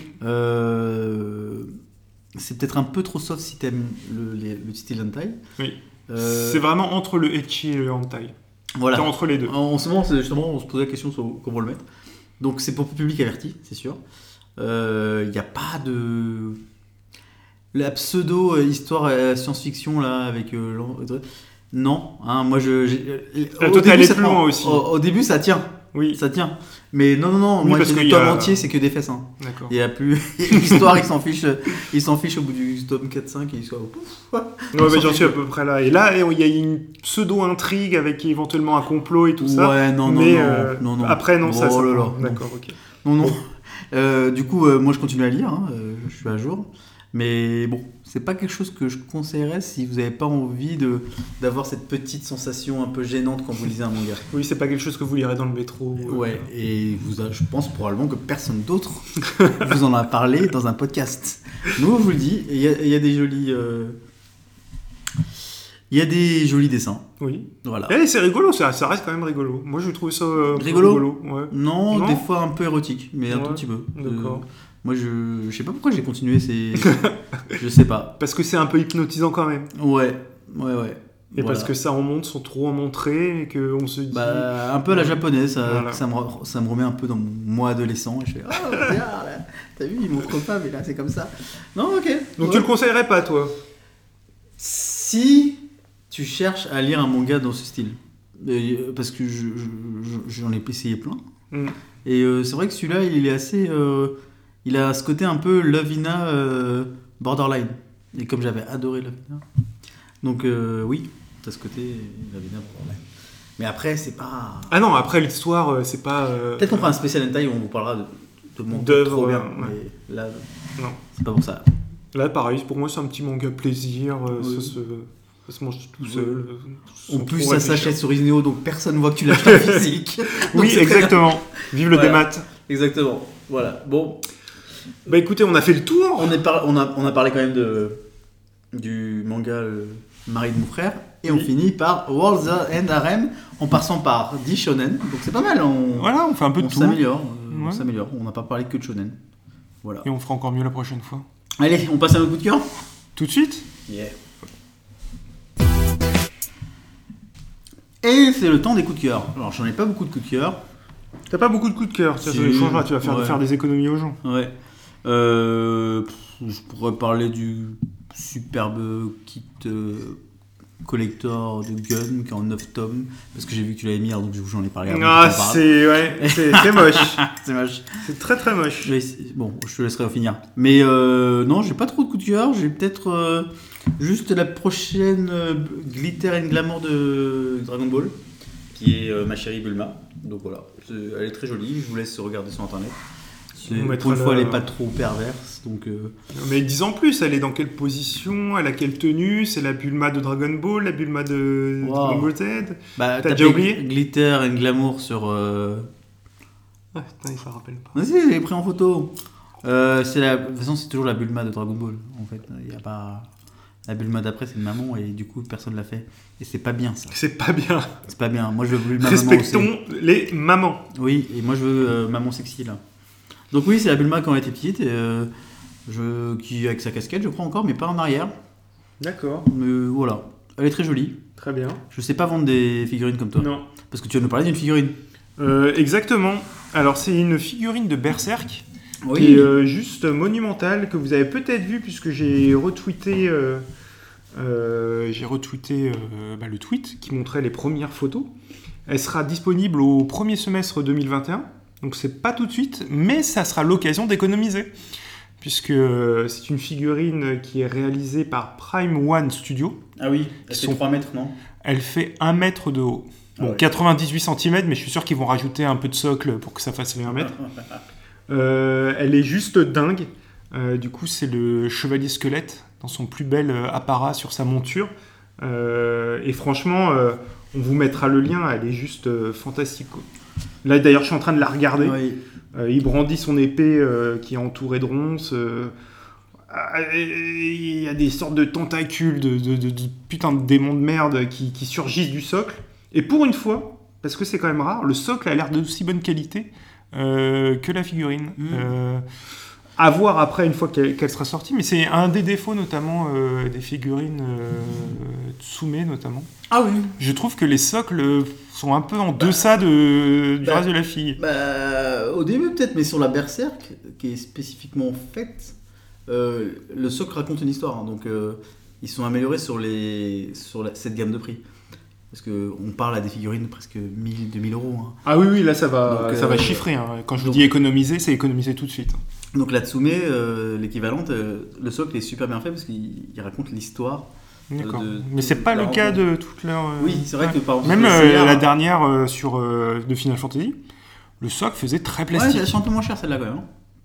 Euh, c'est peut-être un peu trop soft si t'aimes le, le, le style hentai. Oui. Euh, c'est vraiment entre le ecchi et le hentai. Voilà. C'est entre les deux. En, en ce moment, c'est justement, on se posait la question sur comment le mettre. Donc c'est pour public averti, c'est sûr. Il euh, n'y a pas de la pseudo histoire euh, science-fiction là avec euh, non, hein, moi je. J'ai... Au, au, début, ça plus loin aussi. Au, au début, ça tient. Oui. Ça tient. Mais non, non, non. Oui, moi, le tome a... entier, c'est que des fesses. Hein. D'accord. Il y a plus. L'histoire, il s'en fiche. Il s'en fiche au bout du tome quatre cinq et il soit. Ouais, mais j'en suis à peu près là. Et là, il y a une pseudo-intrigue avec éventuellement un complot et tout ça. Ouais, non, non, mais, non, euh, non, non. Après, non, oh, ça. ça là, là, D'accord, ok. Non, non. Euh, du coup, euh, moi je continue à lire, hein, euh, je suis à jour. Mais bon, c'est pas quelque chose que je conseillerais si vous n'avez pas envie de, d'avoir cette petite sensation un peu gênante quand vous lisez un manga. Oui, c'est pas quelque chose que vous lirez dans le métro. Ouais, et vous a- je pense probablement que personne d'autre vous en a parlé dans un podcast. Nous, je vous le dis, il y, a- il y a des jolis... euh, Il y a des jolis dessins. Oui. Voilà. Eh, c'est rigolo, ça, ça reste quand même rigolo. Moi, je trouve ça euh, un peu Rigolo rigolo. Ouais. Non, Non des fois un peu érotique, mais un Ouais, tout petit peu. d'accord. Euh, moi, je, je sais pas pourquoi j'ai continué, c'est... je sais pas. Parce que c'est un peu hypnotisant quand même. Ouais, ouais, ouais. Et Voilà. parce que ça en montre sans trop en montrer et qu'on se dit. Bah, un peu à la japonaise, ça, Voilà. ça, me, re- ça me remet un peu dans mon moi adolescent. Et je fais, oh, regarde, là, t'as vu, il montre pas, mais là, c'est comme ça. Non, ok. Donc Ouais. tu le conseillerais pas, toi? Si tu cherches à lire un manga dans ce style, euh, parce que je- je- je- j'en ai essayé plein, Mm. et euh, c'est vrai que celui-là, il est assez... euh, il a ce côté un peu Lovina euh, borderline. Et comme j'avais adoré Lovina, donc euh, oui, t'as ce côté Lovina borderline. Mais après, c'est pas... Ah non, après l'histoire, euh, c'est pas. euh, Peut-être qu'on fera un spécial hentai où on vous parlera de, de mon D'œuvres, trop bien, ouais. mais là, Non. c'est pas pour ça. Là, pareil, pour moi, c'est un petit manga plaisir. euh, Oui. ça, se... ça se mange tout Oui. seul. euh, En sans plus, trop ça réfléchir. s'achète sur Isneo, donc personne ne voit que tu l'achètes en physique. Donc Oui, c'est très bien. exactement. Vive le Voilà. démat. Exactement. Voilà. Bon, Bah écoutez, on a fait le tour. on, est par- on, a, on a parlé quand même de, du manga euh, Mari de mon frère, et on Oui. finit par World's End Harem en passant par dix shonen. Donc c'est pas mal. On, Voilà, on fait un peu de on tout. s'améliore. euh, On Ouais. s'améliore. On n'a pas parlé que de shonen. Voilà. Et on fera encore mieux la prochaine fois. Allez, on passe à notre coup de cœur. Tout de suite. Yeah. Et c'est le temps des coups de cœur. Alors j'en ai pas beaucoup de coups de cœur. T'as pas beaucoup de coups de cœur. Ça, Si. ça les changera. Tu vas faire, Ouais. faire des économies aux gens. Ouais. Euh, pff, je pourrais parler du superbe kit euh, collector de Gun qui est en neuf tomes. Parce que j'ai vu que tu l'avais mis, alors donc j'en ai parlé avant. Ah, que t'en parles. c'est ouais, c'est c'est moche. C'est moche. C'est très très moche. Mais c'est- bon, je te laisserai en finir. Mais euh, non, j'ai pas trop de coups de cœur. J'ai peut-être euh, juste la prochaine euh, Glitter and Glamour de Dragon Ball, qui est euh, ma chérie Bulma. Donc voilà, C'est- elle est très jolie. Je vous laisse regarder sur internet. C'est- On mettra Pour une fois, le- elle est pas trop perverse. Donc euh, Mais dis en plus, elle est dans quelle position? Elle a quelle tenue? C'est la Bulma de Dragon Ball, la Bulma de Wow. Dragon Ball Z? bah, T'as tapez déjà oublié Glitter and Glamour sur. Euh... Ah putain, il s'en rappelle pas. Vas-y, je l'ai pris en photo. Euh, c'est la... De toute façon, c'est toujours la Bulma de Dragon Ball. En fait, il y a pas. La Bulma d'après, c'est une maman et du coup, personne l'a fait. Et c'est pas bien ça. C'est pas bien. C'est pas bien. Moi, je veux Bulma maman aussi. Respectons les mamans. Oui, et moi je veux euh, maman sexy là. Donc oui, c'est la Bulma quand elle était petite, et, euh, je, qui avec sa casquette, je crois encore, mais pas en arrière. D'accord. Mais voilà, elle est très jolie. Très bien. Je sais pas vendre des figurines comme toi. Non. Parce que tu vas nous parler d'une figurine. Euh, exactement. Alors c'est une figurine de Berserk qui est euh, juste monumentale, que vous avez peut-être vu puisque j'ai retweeté, euh, euh, j'ai retweeté euh, bah, le tweet qui montrait les premières photos. Elle sera disponible au premier semestre deux mille vingt et un, donc c'est pas tout de suite, mais ça sera l'occasion d'économiser, puisque euh, c'est une figurine qui est réalisée par Prime One Studio. Ah oui, elle Ils fait sont- trois mètres, non? Elle fait un mètre de haut. Ah Bon, ouais. quatre-vingt-dix-huit centimètres, mais je suis sûr qu'ils vont rajouter un peu de socle pour que ça fasse les un mètre. Euh, elle est juste dingue. Euh, du coup, c'est le chevalier squelette dans son plus bel euh, apparat sur sa monture. Euh, et franchement, euh, on vous mettra le lien. Elle est juste euh, fantastique, quoi. Là, d'ailleurs, je suis en train de la regarder. Oui. Euh, il brandit son épée euh, qui est entourée de ronces. euh, ah, et Il y a des sortes de tentacules, de, de, de, de putain de démons de merde qui, qui surgissent du socle. Et pour une fois, parce que c'est quand même rare, le socle a l'air d'aussi bonne qualité euh, que la figurine. Mm. Euh, à voir après une fois qu'elle, qu'elle sera sortie, mais c'est un des défauts notamment euh, des figurines euh, Tsume notamment. Ah oui. Je trouve que les socles euh, sont un peu en deçà de, du bah, reste de la fille. Bah, au début peut-être, mais sur la Berserk, qui est spécifiquement faite, euh, le socle raconte une histoire. Hein, donc euh, ils sont améliorés sur, les, sur la- cette gamme de prix. Parce qu'on parle à des figurines de presque mille, deux mille euros. Hein. Ah oui, oui, là ça va, Donc, ça euh, va chiffrer. Hein. Quand je vous donc- dis économiser, c'est économiser tout de suite. Donc la Tsume, euh, l'équivalente, euh, le socle est super bien fait parce qu'il il raconte l'histoire. D'accord. de- Mais c'est pas de le la cas rencontre. de toutes leurs. euh, Oui, c'est vrai ouais. que par exemple, Même sur euh, les C R, la dernière euh, sur euh, de Final Fantasy, le socle faisait très ouais, plastique. c'est un peu moins cher celle-là quand même. hein.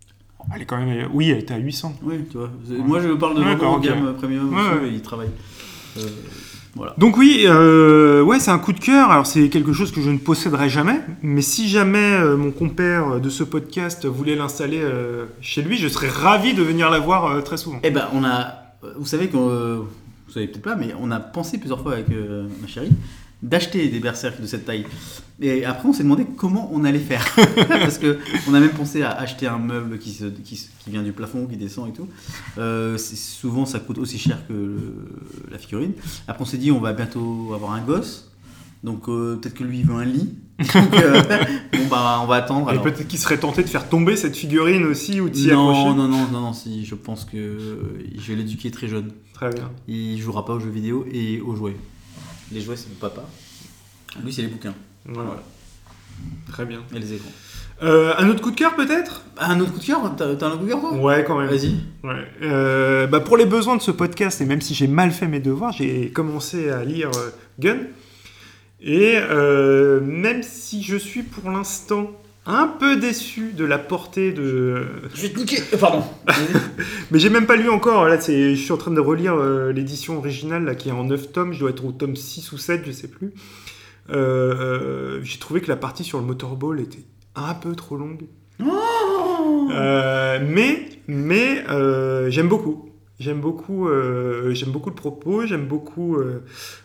Elle est quand même... Oui, elle était à huit cents. Oui, tu vois. Ouais. Moi, je parle de vraiment okay. gamme premium, ouais, ouais. Et il travaille. Euh, voilà. Donc oui, euh, ouais, c'est un coup de cœur. Alors, c'est quelque chose que je ne posséderai jamais. Mais si jamais euh, mon compère de ce podcast voulait l'installer euh, chez lui, je serais ravi de venir la voir euh, très souvent. Eh ben, on a... Vous savez qu'on... Euh, vous savez peut-être pas, mais on a pensé plusieurs fois avec euh, ma chérie d'acheter des berserks de cette taille. Et après, on s'est demandé comment on allait faire. Parce qu'on a même pensé à acheter un meuble qui, se, qui, qui vient du plafond, qui descend et tout. Euh, c'est, souvent, ça coûte aussi cher que le, la figurine. Après, on s'est dit, on va bientôt avoir un gosse. Donc, euh, peut-être que lui, il veut un lit. Donc, euh, bon, bah, on va attendre. Et alors. peut-être qu'il serait tenté de faire tomber cette figurine aussi ou d'y non, accrocher. Non, non, non, non, si, je pense que je vais l'éduquer très jeune. Très bien. Il jouera pas aux jeux vidéo et aux jouets. Les jouets, c'est mon papa. Lui, c'est les bouquins. Voilà. voilà. Très bien. Et les écrans. Euh, un autre coup de cœur, peut-être ? Un autre coup de cœur ? T'as, t'as un autre coup de cœur, toi ? Ouais, quand même. Vas-y. Ouais. Euh, bah, pour les besoins de ce podcast, et même si j'ai mal fait mes devoirs, j'ai commencé à lire euh, Gun. Et euh, même si je suis pour l'instant un peu déçu de la portée de... Je vais te niquer. Pardon. Mais j'ai même pas lu encore. Là, c'est... je suis en train de relire euh, l'édition originale là, qui est en neuf tomes. Je dois être au tome six ou sept, je sais plus. Euh, euh, j'ai trouvé que la partie sur le motorball était un peu trop longue. Oh euh, mais mais euh, j'aime beaucoup. J'aime beaucoup, euh, j'aime beaucoup le propos, j'aime beaucoup euh,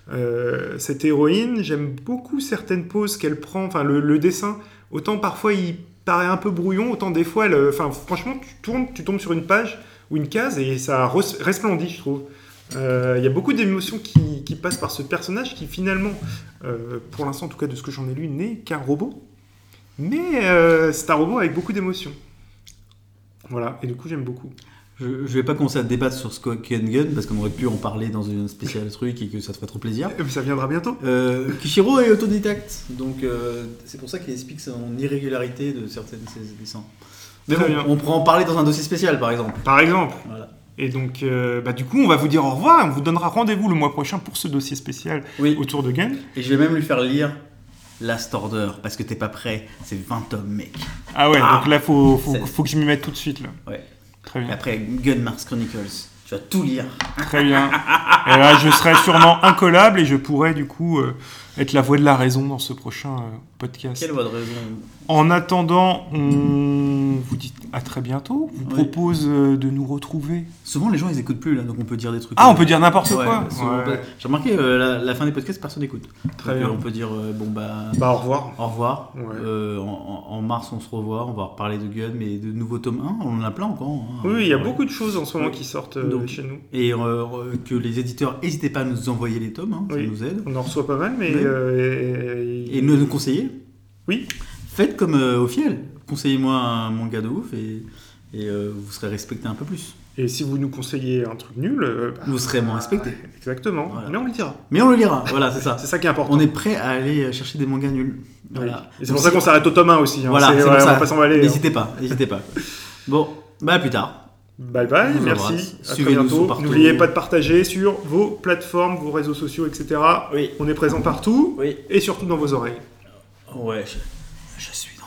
euh, cette héroïne, j'aime beaucoup certaines poses qu'elle prend, enfin le, le dessin. Autant parfois il paraît un peu brouillon, autant des fois, elle, enfin franchement, tu tournes, tu tombes sur une page ou une case et ça res- resplendit, je trouve. Il euh, y a beaucoup d'émotions qui, qui passent par ce personnage qui finalement, euh, pour l'instant en tout cas de ce que j'en ai lu, n'est qu'un robot. Mais euh, c'est un robot avec beaucoup d'émotions. Voilà, et du coup j'aime beaucoup. Je ne vais pas commencer à débattre sur ce qu'est Gun parce qu'on aurait pu en parler dans une spéciale truc et que ça te ferait trop plaisir. Mais ça viendra bientôt. Euh, Kishiro est autodidacte, donc euh, c'est pour ça qu'il explique son irrégularité de certaines de ses dessins. Mais bon, bien. On pourra en parler dans un dossier spécial par exemple. Par exemple. Voilà. Et donc, euh, bah, du coup, on va vous dire au revoir. On vous donnera rendez-vous le mois prochain pour ce dossier spécial oui. autour de Gun. Et je vais même lui faire lire Last Order parce que t'es pas prêt. C'est vingt tomes, mec. Ah ouais, ah, donc là, faut, faut, faut que je m'y mette tout de suite. Là. Ouais. Très bien. Et après, Gun Mars Chronicles, tu vas tout lire. Très bien. Et là, je serai sûrement incollable et je pourrai du coup euh, être la voix de la raison dans ce prochain euh, podcast. Quelle voix de raison ? En attendant, on vous dit à très bientôt. On vous oui. propose euh, de nous retrouver. Souvent, les gens, ils écoutent plus, là, donc on peut dire des trucs. Ah, on peut dire n'importe ouais, quoi. Ouais. J'ai remarqué, euh, la, la fin des podcasts, personne n'écoute. Très donc, bien. Euh, on peut dire, euh, bon, bah... Bah, au revoir. Au revoir. Ouais. Euh, en, en mars, on se revoit. On va reparler de Gun, mais de nouveaux tomes un, on en a plein encore. Hein. Oui, il y a ouais. beaucoup de choses en ce moment qui sortent euh, donc, chez nous. Et euh, que les éditeurs, n'hésitez pas à nous envoyer les tomes, hein, oui. ça nous aide. On en reçoit pas mal, mais... Oui. Euh, et... et nous, nous conseiller. Oui. Faites comme euh, Ophiel. Conseillez-moi un manga de ouf et, et euh, vous serez respecté un peu plus. Et si vous nous conseillez un truc nul, euh, bah, vous serez moins respecté. Exactement. Voilà. Mais on le dira. Mais on le lira. Voilà, c'est ça. C'est ça qui est important. On est prêt à aller chercher des mangas nuls. Voilà. Oui. Et c'est pour ça qu'on s'arrête au tome un aussi. Hein. Voilà, c'est, c'est ouais, pour ça. On va pas s'emballer. N'hésitez hein. pas. N'hésitez pas. Bon, bah à plus tard. Bye bye. Merci. À très bientôt. N'oubliez pas de partager sur vos plateformes, vos réseaux sociaux, et cetera. Oui. On est présent partout. Oui. Et surtout dans vos oreilles. Ouais. Je, je suis.